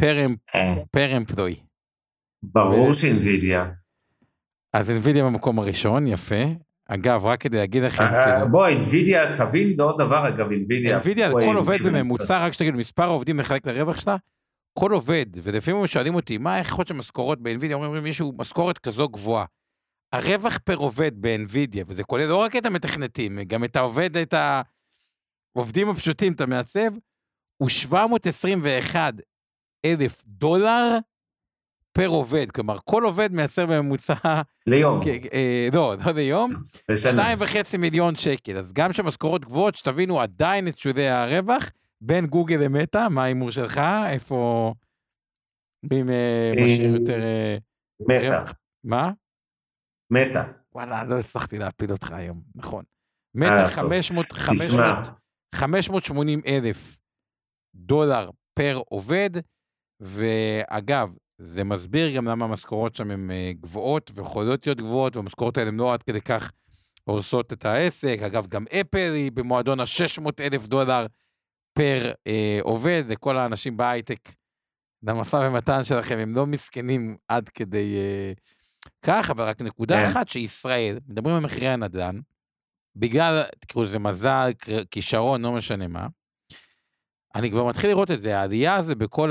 פר אמפלואי? ברור ש-NVIDIA. אז NVIDIA במקום הראשון, יפה. אגב, רק כדי להגיד לכם... בוא, NVIDIA, תבין עוד דבר, אגב, NVIDIA... כל עובד בממוצע, רק שתגיד, מספר העובדים מחלק לרווח שלה, כל עובד, ולפעמים שואלים אותי, מה איך יכול שמשכורות ב-NVIDIA, אומרים מישהו, משכורת כזו גבוהה. הרווח פר עובד ב-NVIDIA, וזה כולל לא רק את המתכנתים, גם את העובד, את העובדים הפשוטים, את המעצב, הוא $721,000 פר עובד, כלומר, כל עובד מייצר בממוצע... ליום. לא ליום, 2.5 מיליון שקל, אז גם שמשכורות גבוהות, שתבינו עדיין את שודי הרווח, בין גוגל למטה, מה האימור שלך, איפה... משאיר יותר... מטה. מה? מטה. וואלה, לא הצלחתי להפיל אותך היום, נכון. מטה $580,000 פר עובד, ואגב, זה מסביר גם למה המשכורות שם הן גבוהות, ויכולות להיות גבוהות, והמשכורות האלה הן לא עד כדי כך הורסות את העסק. אגב, גם אפל היא במועדון $600,000 פר עובד, וכל האנשים בהייטק, למשא ומתן שלכם, הם לא מסכנים עד כדי כך, אבל רק נקודה אחת שישראל, מדברים על מחירי הנדל"ן, בגלל, תקראו לזה מזל, כישרון, לא משנה מה, אני כבר מתחיל לראות את זה, העלייה הזה בכל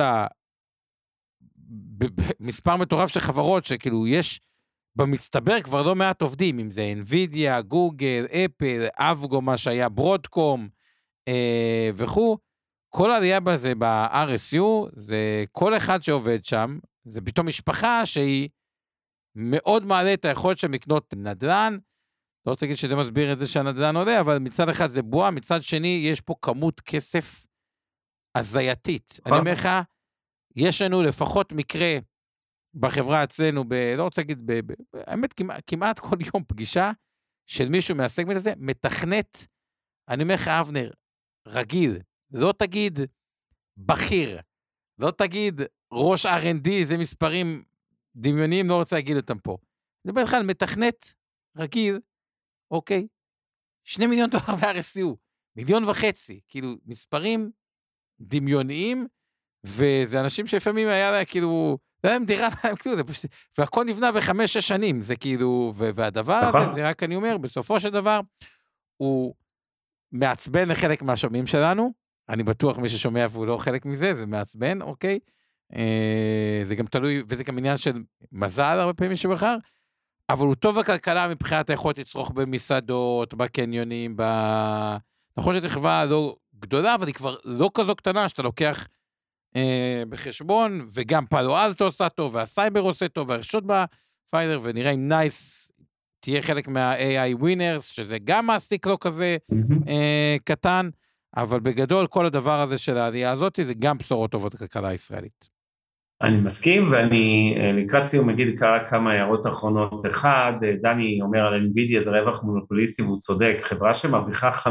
מספר מטורף של חברות, שכאילו יש במצטבר כבר לא מעט עובדים, אם זה NVIDIA, גוגל, אפל, אבגו, מה שהיה, ברודקום, וכו', כל העלייה בזה ב-RSU, זה כל אחד שעובד שם, זה פתאום משפחה שהיא מאוד מעלה את היכולת שם לקנות נדל"ן, לא רוצה להגיד שזה מסביר את זה שהנדל"ן עולה, אבל מצד אחד זה בועה, מצד שני יש פה כמות כסף הזייתית. אני אומר לך, יש לנו לפחות מקרה בחברה אצלנו, לא רוצה להגיד, האמת כמעט כל יום פגישה של מישהו מהסגמנט הזה, מתכנת, אני אומר לך אבנר, רגיל, לא תגיד בכיר, לא תגיד ראש R&D, זה מספרים דמיוניים, לא רוצה להגיד אותם פה. אני מדבר לך על מתכנת רגיל, אוקיי, $2 מיליון ב-RSU, 1.5 מיליון, כאילו, מספרים דמיוניים, וזה אנשים שלפעמים היה לה, כאילו, לא היה להם דירה, כאילו, זה פשוט, והכל נבנה ב5-6 שנים, זה כאילו, והדבר הזה, זה רק אני אומר, בסופו של דבר, הוא מעצבן לחלק מהשומעים שלנו, אני בטוח מי ששומע והוא לא חלק מזה, זה מעצבן, אוקיי? זה גם תלוי, וזה גם עניין של מזל הרבה פעמים שבחר, אבל הוא טוב בכלכלה מבחינת היכולת לצרוך במסעדות, בקניונים, נכון שזו חברה לא גדולה, אבל היא כבר לא כזו קטנה, שאתה לוקח בחשבון, וגם פאלו אלטו עושה טוב, והסייבר עושה טוב, והרשות בפיידר, ונראה אם נייס תהיה חלק מה-AI winners, שזה גם מעסיק לא כזה קטן, אבל בגדול כל הדבר הזה של העלייה הזאת, זה גם בשורות טובות לכלכלה הישראלית. אני מסכים, ואני לקראת סיום אגיד כמה הערות אחרונות. אחד, דני אומר על NVIDIA זה רווח מונופוליסטי, והוא צודק, חברה שמרוויחה 51%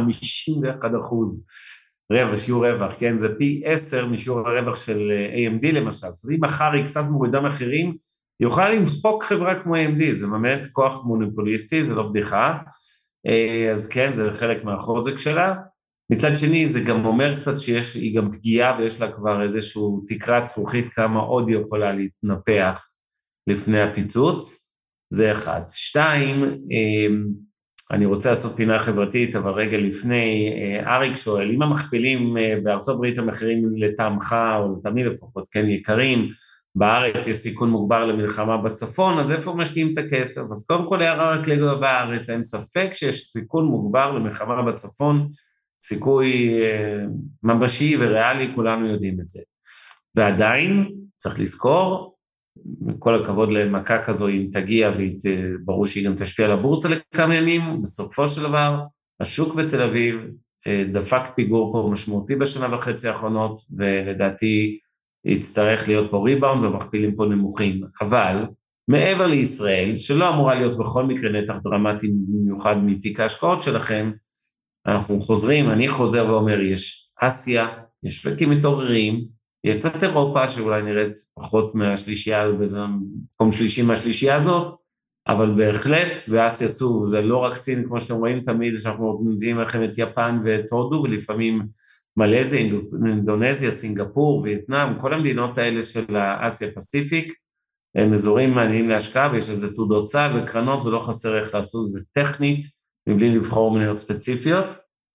שיעור רווח, כן, זה פי 10 משיעור הרווח של AMD למשל, זאת אומרת, אם מחר היא קצת מורידה מחירים, היא יכולה למחוק חברה כמו AMD, זה באמת כוח מונופוליסטי, זה לא בדיחה, אז כן, זה חלק מהחוזק שלה, מצד שני זה גם אומר קצת שהיא גם פגיעה, ויש לה כבר איזשהו תקרת זכוכית, כמה עוד היא יכולה להתנפח לפני הפיצוץ, זה אחד. 2, אני רוצה לעשות פינה חברתית, אבל רגע לפני, אריק שואל, אם המכפילים בארצות הברית המחירים לטעמך, או לטעמי לפחות, כן, יקרים, בארץ יש סיכון מוגבר למלחמה בצפון, אז איפה משקיעים את הכסף? אז קודם כל הערה רק לגבי הארץ, אין ספק שיש סיכון מוגבר למלחמה בצפון, סיכוי ממשי וריאלי, כולנו יודעים את זה. ועדיין צריך לזכור, כל הכבוד למכה כזו, אם תגיע, וברור שהיא גם תשפיע על הבורסה לכמה ימים, בסופו של דבר, השוק בתל אביב דפק פיגור פה משמעותי בשנה וחצי האחרונות, ולדעתי יצטרך להיות פה ריבאונד, ומכפילים פה נמוכים. אבל מעבר לישראל, שלא אמורה להיות בכל מקרה נתח דרמטי במיוחד מתיק ההשקעות שלכם, אנחנו חוזרים, אני חוזר ואומר, יש אסיה, יש שווקים מתעוררים, יש קצת אירופה שאולי נראית פחות מהשלישייה, מקום שלישי מהשלישייה הזאת, אבל בהחלט, באסיה סוב, זה לא רק סין, כמו שאתם רואים תמיד, שאנחנו נותנים לכם את יפן ואת הודו, ולפעמים מלזיה, אינדונזיה, סינגפור, וייטנאם, כל המדינות האלה של האסיה פסיפיק, הם אזורים מעניינים להשקעה, ויש איזה תעודות סל וקרנות, ולא חסר איך לעשות זה טכנית, מבלי לבחור מניות ספציפיות.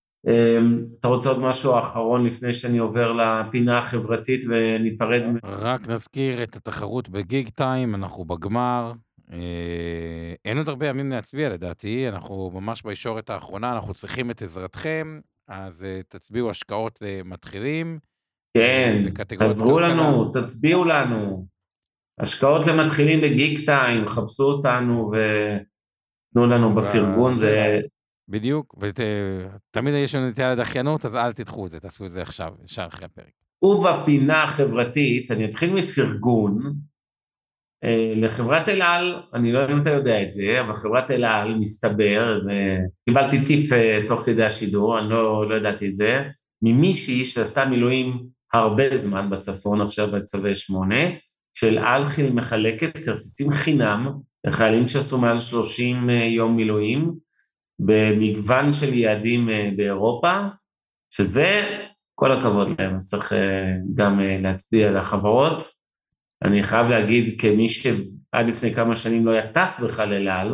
אתה רוצה עוד משהו האחרון לפני שאני עובר לפינה החברתית וניפרד? רק נזכיר את התחרות בגיג טיים, אנחנו בגמר, אין עוד הרבה ימים להצביע לדעתי, אנחנו ממש בישורת האחרונה, אנחנו צריכים את עזרתכם, אז תצביעו השקעות למתחילים. כן, תעזרו לנו, תצביעו לנו. השקעות למתחילים בגיג טיים, חפשו אותנו ותנו לנו בפרגון, זה... בדיוק, ותמיד יש לנו נטייה לדחיינות, אז אל תדחו את זה, תעשו את זה עכשיו, ישר אחרי הפרק. ובפינה החברתית, אני אתחיל מפרגון, לחברת אל על, אני לא יודע אם אתה יודע את זה, אבל חברת אל על מסתבר, קיבלתי טיפ תוך כדי השידור, אני לא ידעתי את זה, ממישהי שעשתה מילואים הרבה זמן בצפון, עכשיו בצווי 8, של אלחיל מחלקת כרטיסים חינם, לחיילים שעשו מעל 30 יום מילואים, במגוון של יעדים באירופה, שזה כל הכבוד להם, אז צריך גם להצדיע לחברות. אני חייב להגיד, כמי שעד לפני כמה שנים לא היה טס בכלל אל על,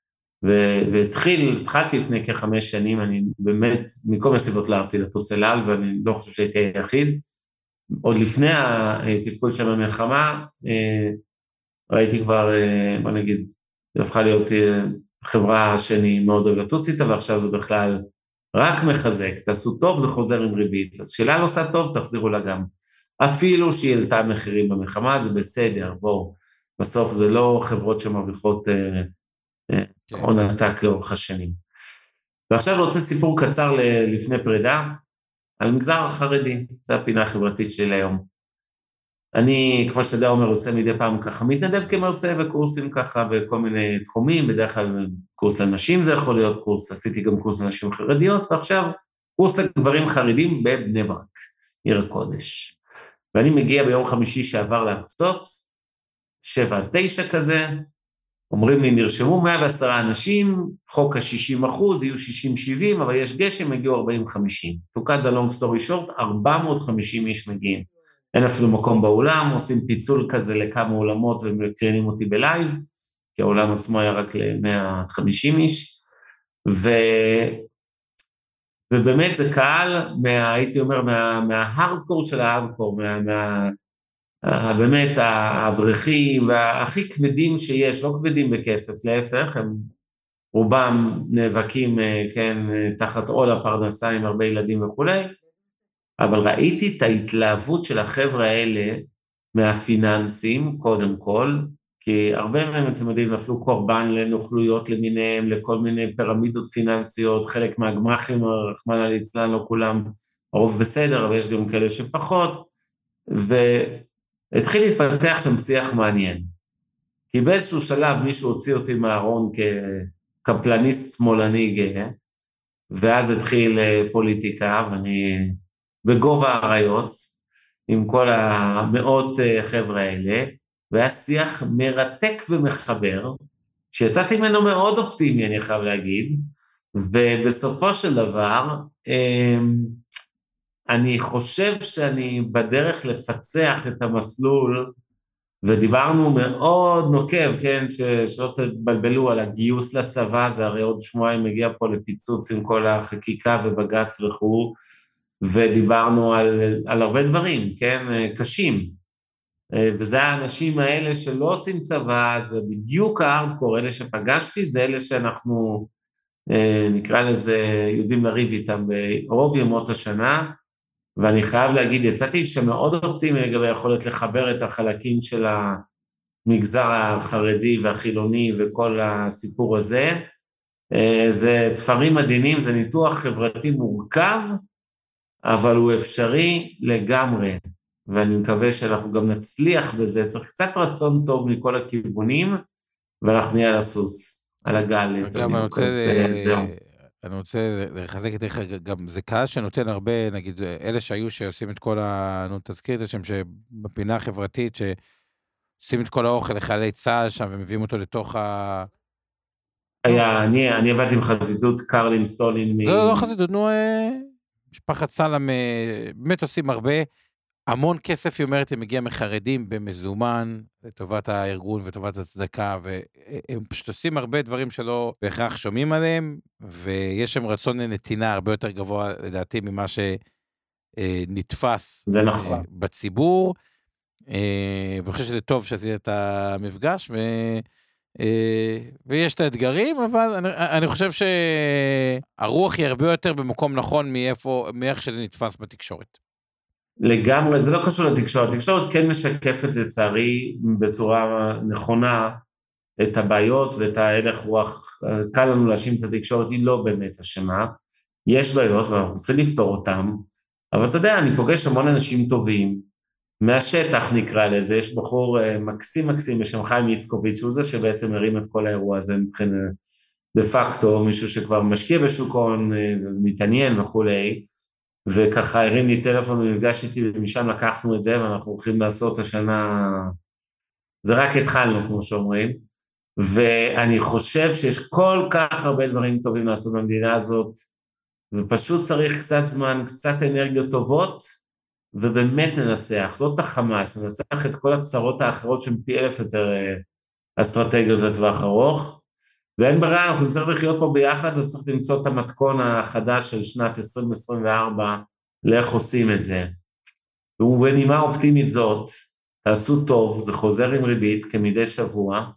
והתחלתי לפני כ5 שנים, אני באמת, מכל הסיבות לא אהבתי לטוס אל על, ואני לא חושב שהייתי היחיד. עוד לפני התפקוד של המלחמה, ראיתי כבר, בוא נגיד, זה הפכה להיות חברה שאני מאוד אוהב לטוס איתה, ועכשיו זה בכלל רק מחזק, תעשו טוב, זה חוזר עם ריבית, אז כשאל על עושה טוב, תחזירו לה גם. אפילו שהיא העלתה מחירים במלחמה, זה בסדר, בואו, בסוף זה לא חברות שמרוויחות הון עתק לאורך השנים. ועכשיו רוצה סיפור קצר לפני פרידה, על מגזר החרדי, זו הפינה החברתית שלי היום. אני, כמו שאתה יודע, אומר, עושה מדי פעם ככה, מתנדב כמרצה וקורסים ככה בכל מיני תחומים, בדרך כלל קורס לנשים זה יכול להיות קורס, עשיתי גם קורס לנשים חרדיות, ועכשיו קורס לגברים חרדים בבני ברק, עיר הקודש. ואני מגיע ביום חמישי שעבר להרצות, 7-9 כזה, אומרים לי, נרשמו 110 אנשים, חוק ה-60%, יהיו 60-70, אבל יש גשם, הגיעו 40-50. To cut the long story short, 450 איש מגיעים. אין אפילו מקום באולם, עושים פיצול כזה לכמה אולמות, ומקרינים אותי בלייב, כי העולם עצמו היה רק ל-150 איש, ובאמת זה קהל, הייתי אומר, מההארדקור של ההארדקור, באמת האברכים והכי כבדים שיש, לא כבדים בכסף, להפך, הם רובם נאבקים, כן, תחת עול הפרנסה עם הרבה ילדים וכולי, אבל ראיתי את ההתלהבות של החבר'ה האלה מהפיננסים, קודם כל, כי הרבה מהם, אתם יודעים, נפלו קורבן לנוכלויות למיניהם, לכל מיני פירמידות פיננסיות, חלק מהגמחים, רחמנא ליצלן, לא כולם, הרוב בסדר, אבל יש גם כאלה שפחות, והתחיל להתפתח שם שיח מעניין. כי באיזשהו שלב מישהו הוציא אותי מהארון כקפלניסט שמאלני גאה, ואז התחיל פוליטיקה, ואני בגובה האריות, עם כל המאות חבר'ה האלה, והיה שיח מרתק ומחבר, שיצאתי ממנו מאוד אופטימי, אני חייב להגיד, ובסופו של דבר, אני חושב שאני בדרך לפצח את המסלול, ודיברנו מאוד נוקב, כן, שלא תבלבלו על הגיוס לצבא, זה הרי עוד שבועיים מגיע פה לפיצוץ עם כל החקיקה ובגץ וכו', ודיברנו על הרבה דברים, כן, קשים, וזה האנשים האלה שלא עושים צבא, זה בדיוק הארדקור, אלה שפגשתי, זה אלה שאנחנו נקרא לזה, יודעים לריב איתם ברוב ימות השנה, ואני חייב להגיד, יצאתי שמאוד אופטימי לגבי יכולת לחבר את החלקים של המגזר החרדי והחילוני וכל הסיפור הזה, זה תפרים מדהימים, זה ניתוח חברתי מורכב, אבל הוא אפשרי לגמרי, ואני מקווה שאנחנו גם נצליח בזה, צריך קצת רצון טוב מכל הכיוונים, ואנחנו נהיה על הסוס, על הגל. אני רוצה לחזק את איך, גם זה קהל שנותן הרבה, נגיד, אלה שעושים את כל תזכיר את השם שבפינה החברתית, שעושים את כל האוכל לחיילי צה"ל שם, ומביאים אותו לתוך אני עבדתי עם חסידות קרלין סטולין. לא חסידות, משפחת סלם, באמת עושים הרבה, המון כסף, היא אומרת, הם מגיע מחרדים במזומן, לטובת הארגון וטובת הצדקה, והם פשוט עושים הרבה דברים שלא בהכרח שומעים עליהם, ויש שם רצון לנתינה הרבה יותר גבוה, לדעתי, ממה שנתפס בציבור, ואני חושב שזה טוב שעשית את המפגש, ויש את האתגרים, אבל אני חושב שהרוח היא הרבה יותר במקום נכון מאיך שזה נתפס בתקשורת. לגמרי, זה לא קשור לתקשורת, התקשורת כן משקפת לצערי בצורה נכונה את הבעיות ואת ההלך רוח, קל לנו להאשים את התקשורת, היא לא באמת אשמה, יש בעיות ואנחנו צריכים לפתור אותן, אבל אתה יודע, אני פוגש המון אנשים טובים, מהשטח נקרא לזה, יש בחור מקסים בשם חיים איצקוביץ', הוא זה שבעצם הרים את כל האירוע הזה מבחינת דה פקטו, מישהו שכבר משקיע בשוק ההון, מתעניין וכולי, וככה הרים לי טלפון ומפגש איתי, ומשם לקחנו את זה, ואנחנו הולכים לעשות השנה, זה רק התחלנו, כמו שאומרים, ואני חושב שיש כל כך הרבה דברים טובים לעשות במדינה הזאת, ופשוט צריך קצת זמן, קצת אנרגיות טובות, ובאמת ננצח, לא את החמאס, ננצח את כל הצרות האחרות שהן פי 1000 יותר אסטרטגיות לטווח ארוך, ואין ברירה, אנחנו נצטרך לחיות פה ביחד, אז צריך למצוא את המתכון החדש של שנת 2024, לאיך עושים את זה. ובנימה אופטימית זאת, תעשו טוב, זה חוזר עם ריבית כמדי שבוע,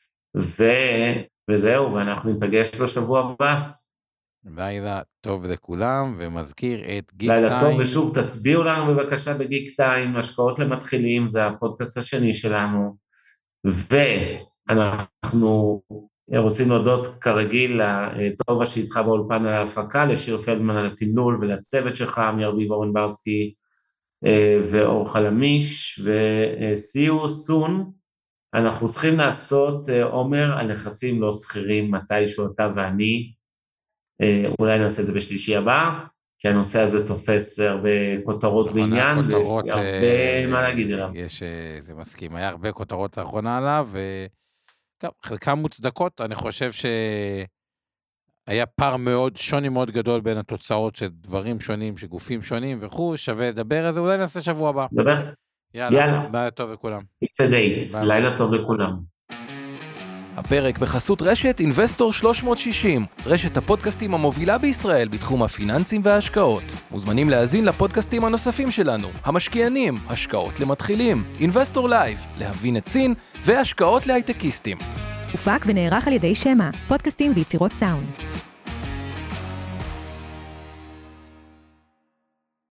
וזהו, ואנחנו ניפגש בשבוע הבא. לילה טוב לכולם, ומזכיר את גיק טיים. לילה טוב, ושוב, תצביעו לנו בבקשה בגיק טיים, השקעות למתחילים, זה הפודקאסט השני שלנו, ואנחנו רוצים להודות כרגיל לטובה שאיתך באולפן על ההפקה, לשיר פלדמן על התמלול ולצוות שלך, מירבי ואורן ברסקי ואור חלמיש, ו-see you soon. אנחנו צריכים לעשות, עומר, על נכסים לא סחירים, מתישהו אתה ואני, אולי נעשה את זה בשלישי הבא, כי הנושא הזה תופס הרבה כותרות בעניין, ויש הרבה מה להגיד עליו. זה מסכים, היה הרבה כותרות לאחרונה עליו, וחלקם מוצדקות, אני חושב שהיה פער מאוד שוני מאוד גדול בין התוצאות של דברים שונים, של גופים שונים וכו', שווה לדבר על זה, אולי נעשה שבוע הבא. דבר? יאללה. לילה טוב לכולם. It's a date, לילה טוב לכולם. הפרק בחסות רשת אינבסטור 360, רשת הפודקאסטים המובילה בישראל בתחום הפיננסים וההשקעות. מוזמנים להאזין לפודקאסטים הנוספים שלנו, המשקיענים, השקעות למתחילים, אינבסטור לייב, להבין את סין, והשקעות להייטקיסטים. הופק ונערך על ידי שמה, פודקאסטים ויצירות סאונד.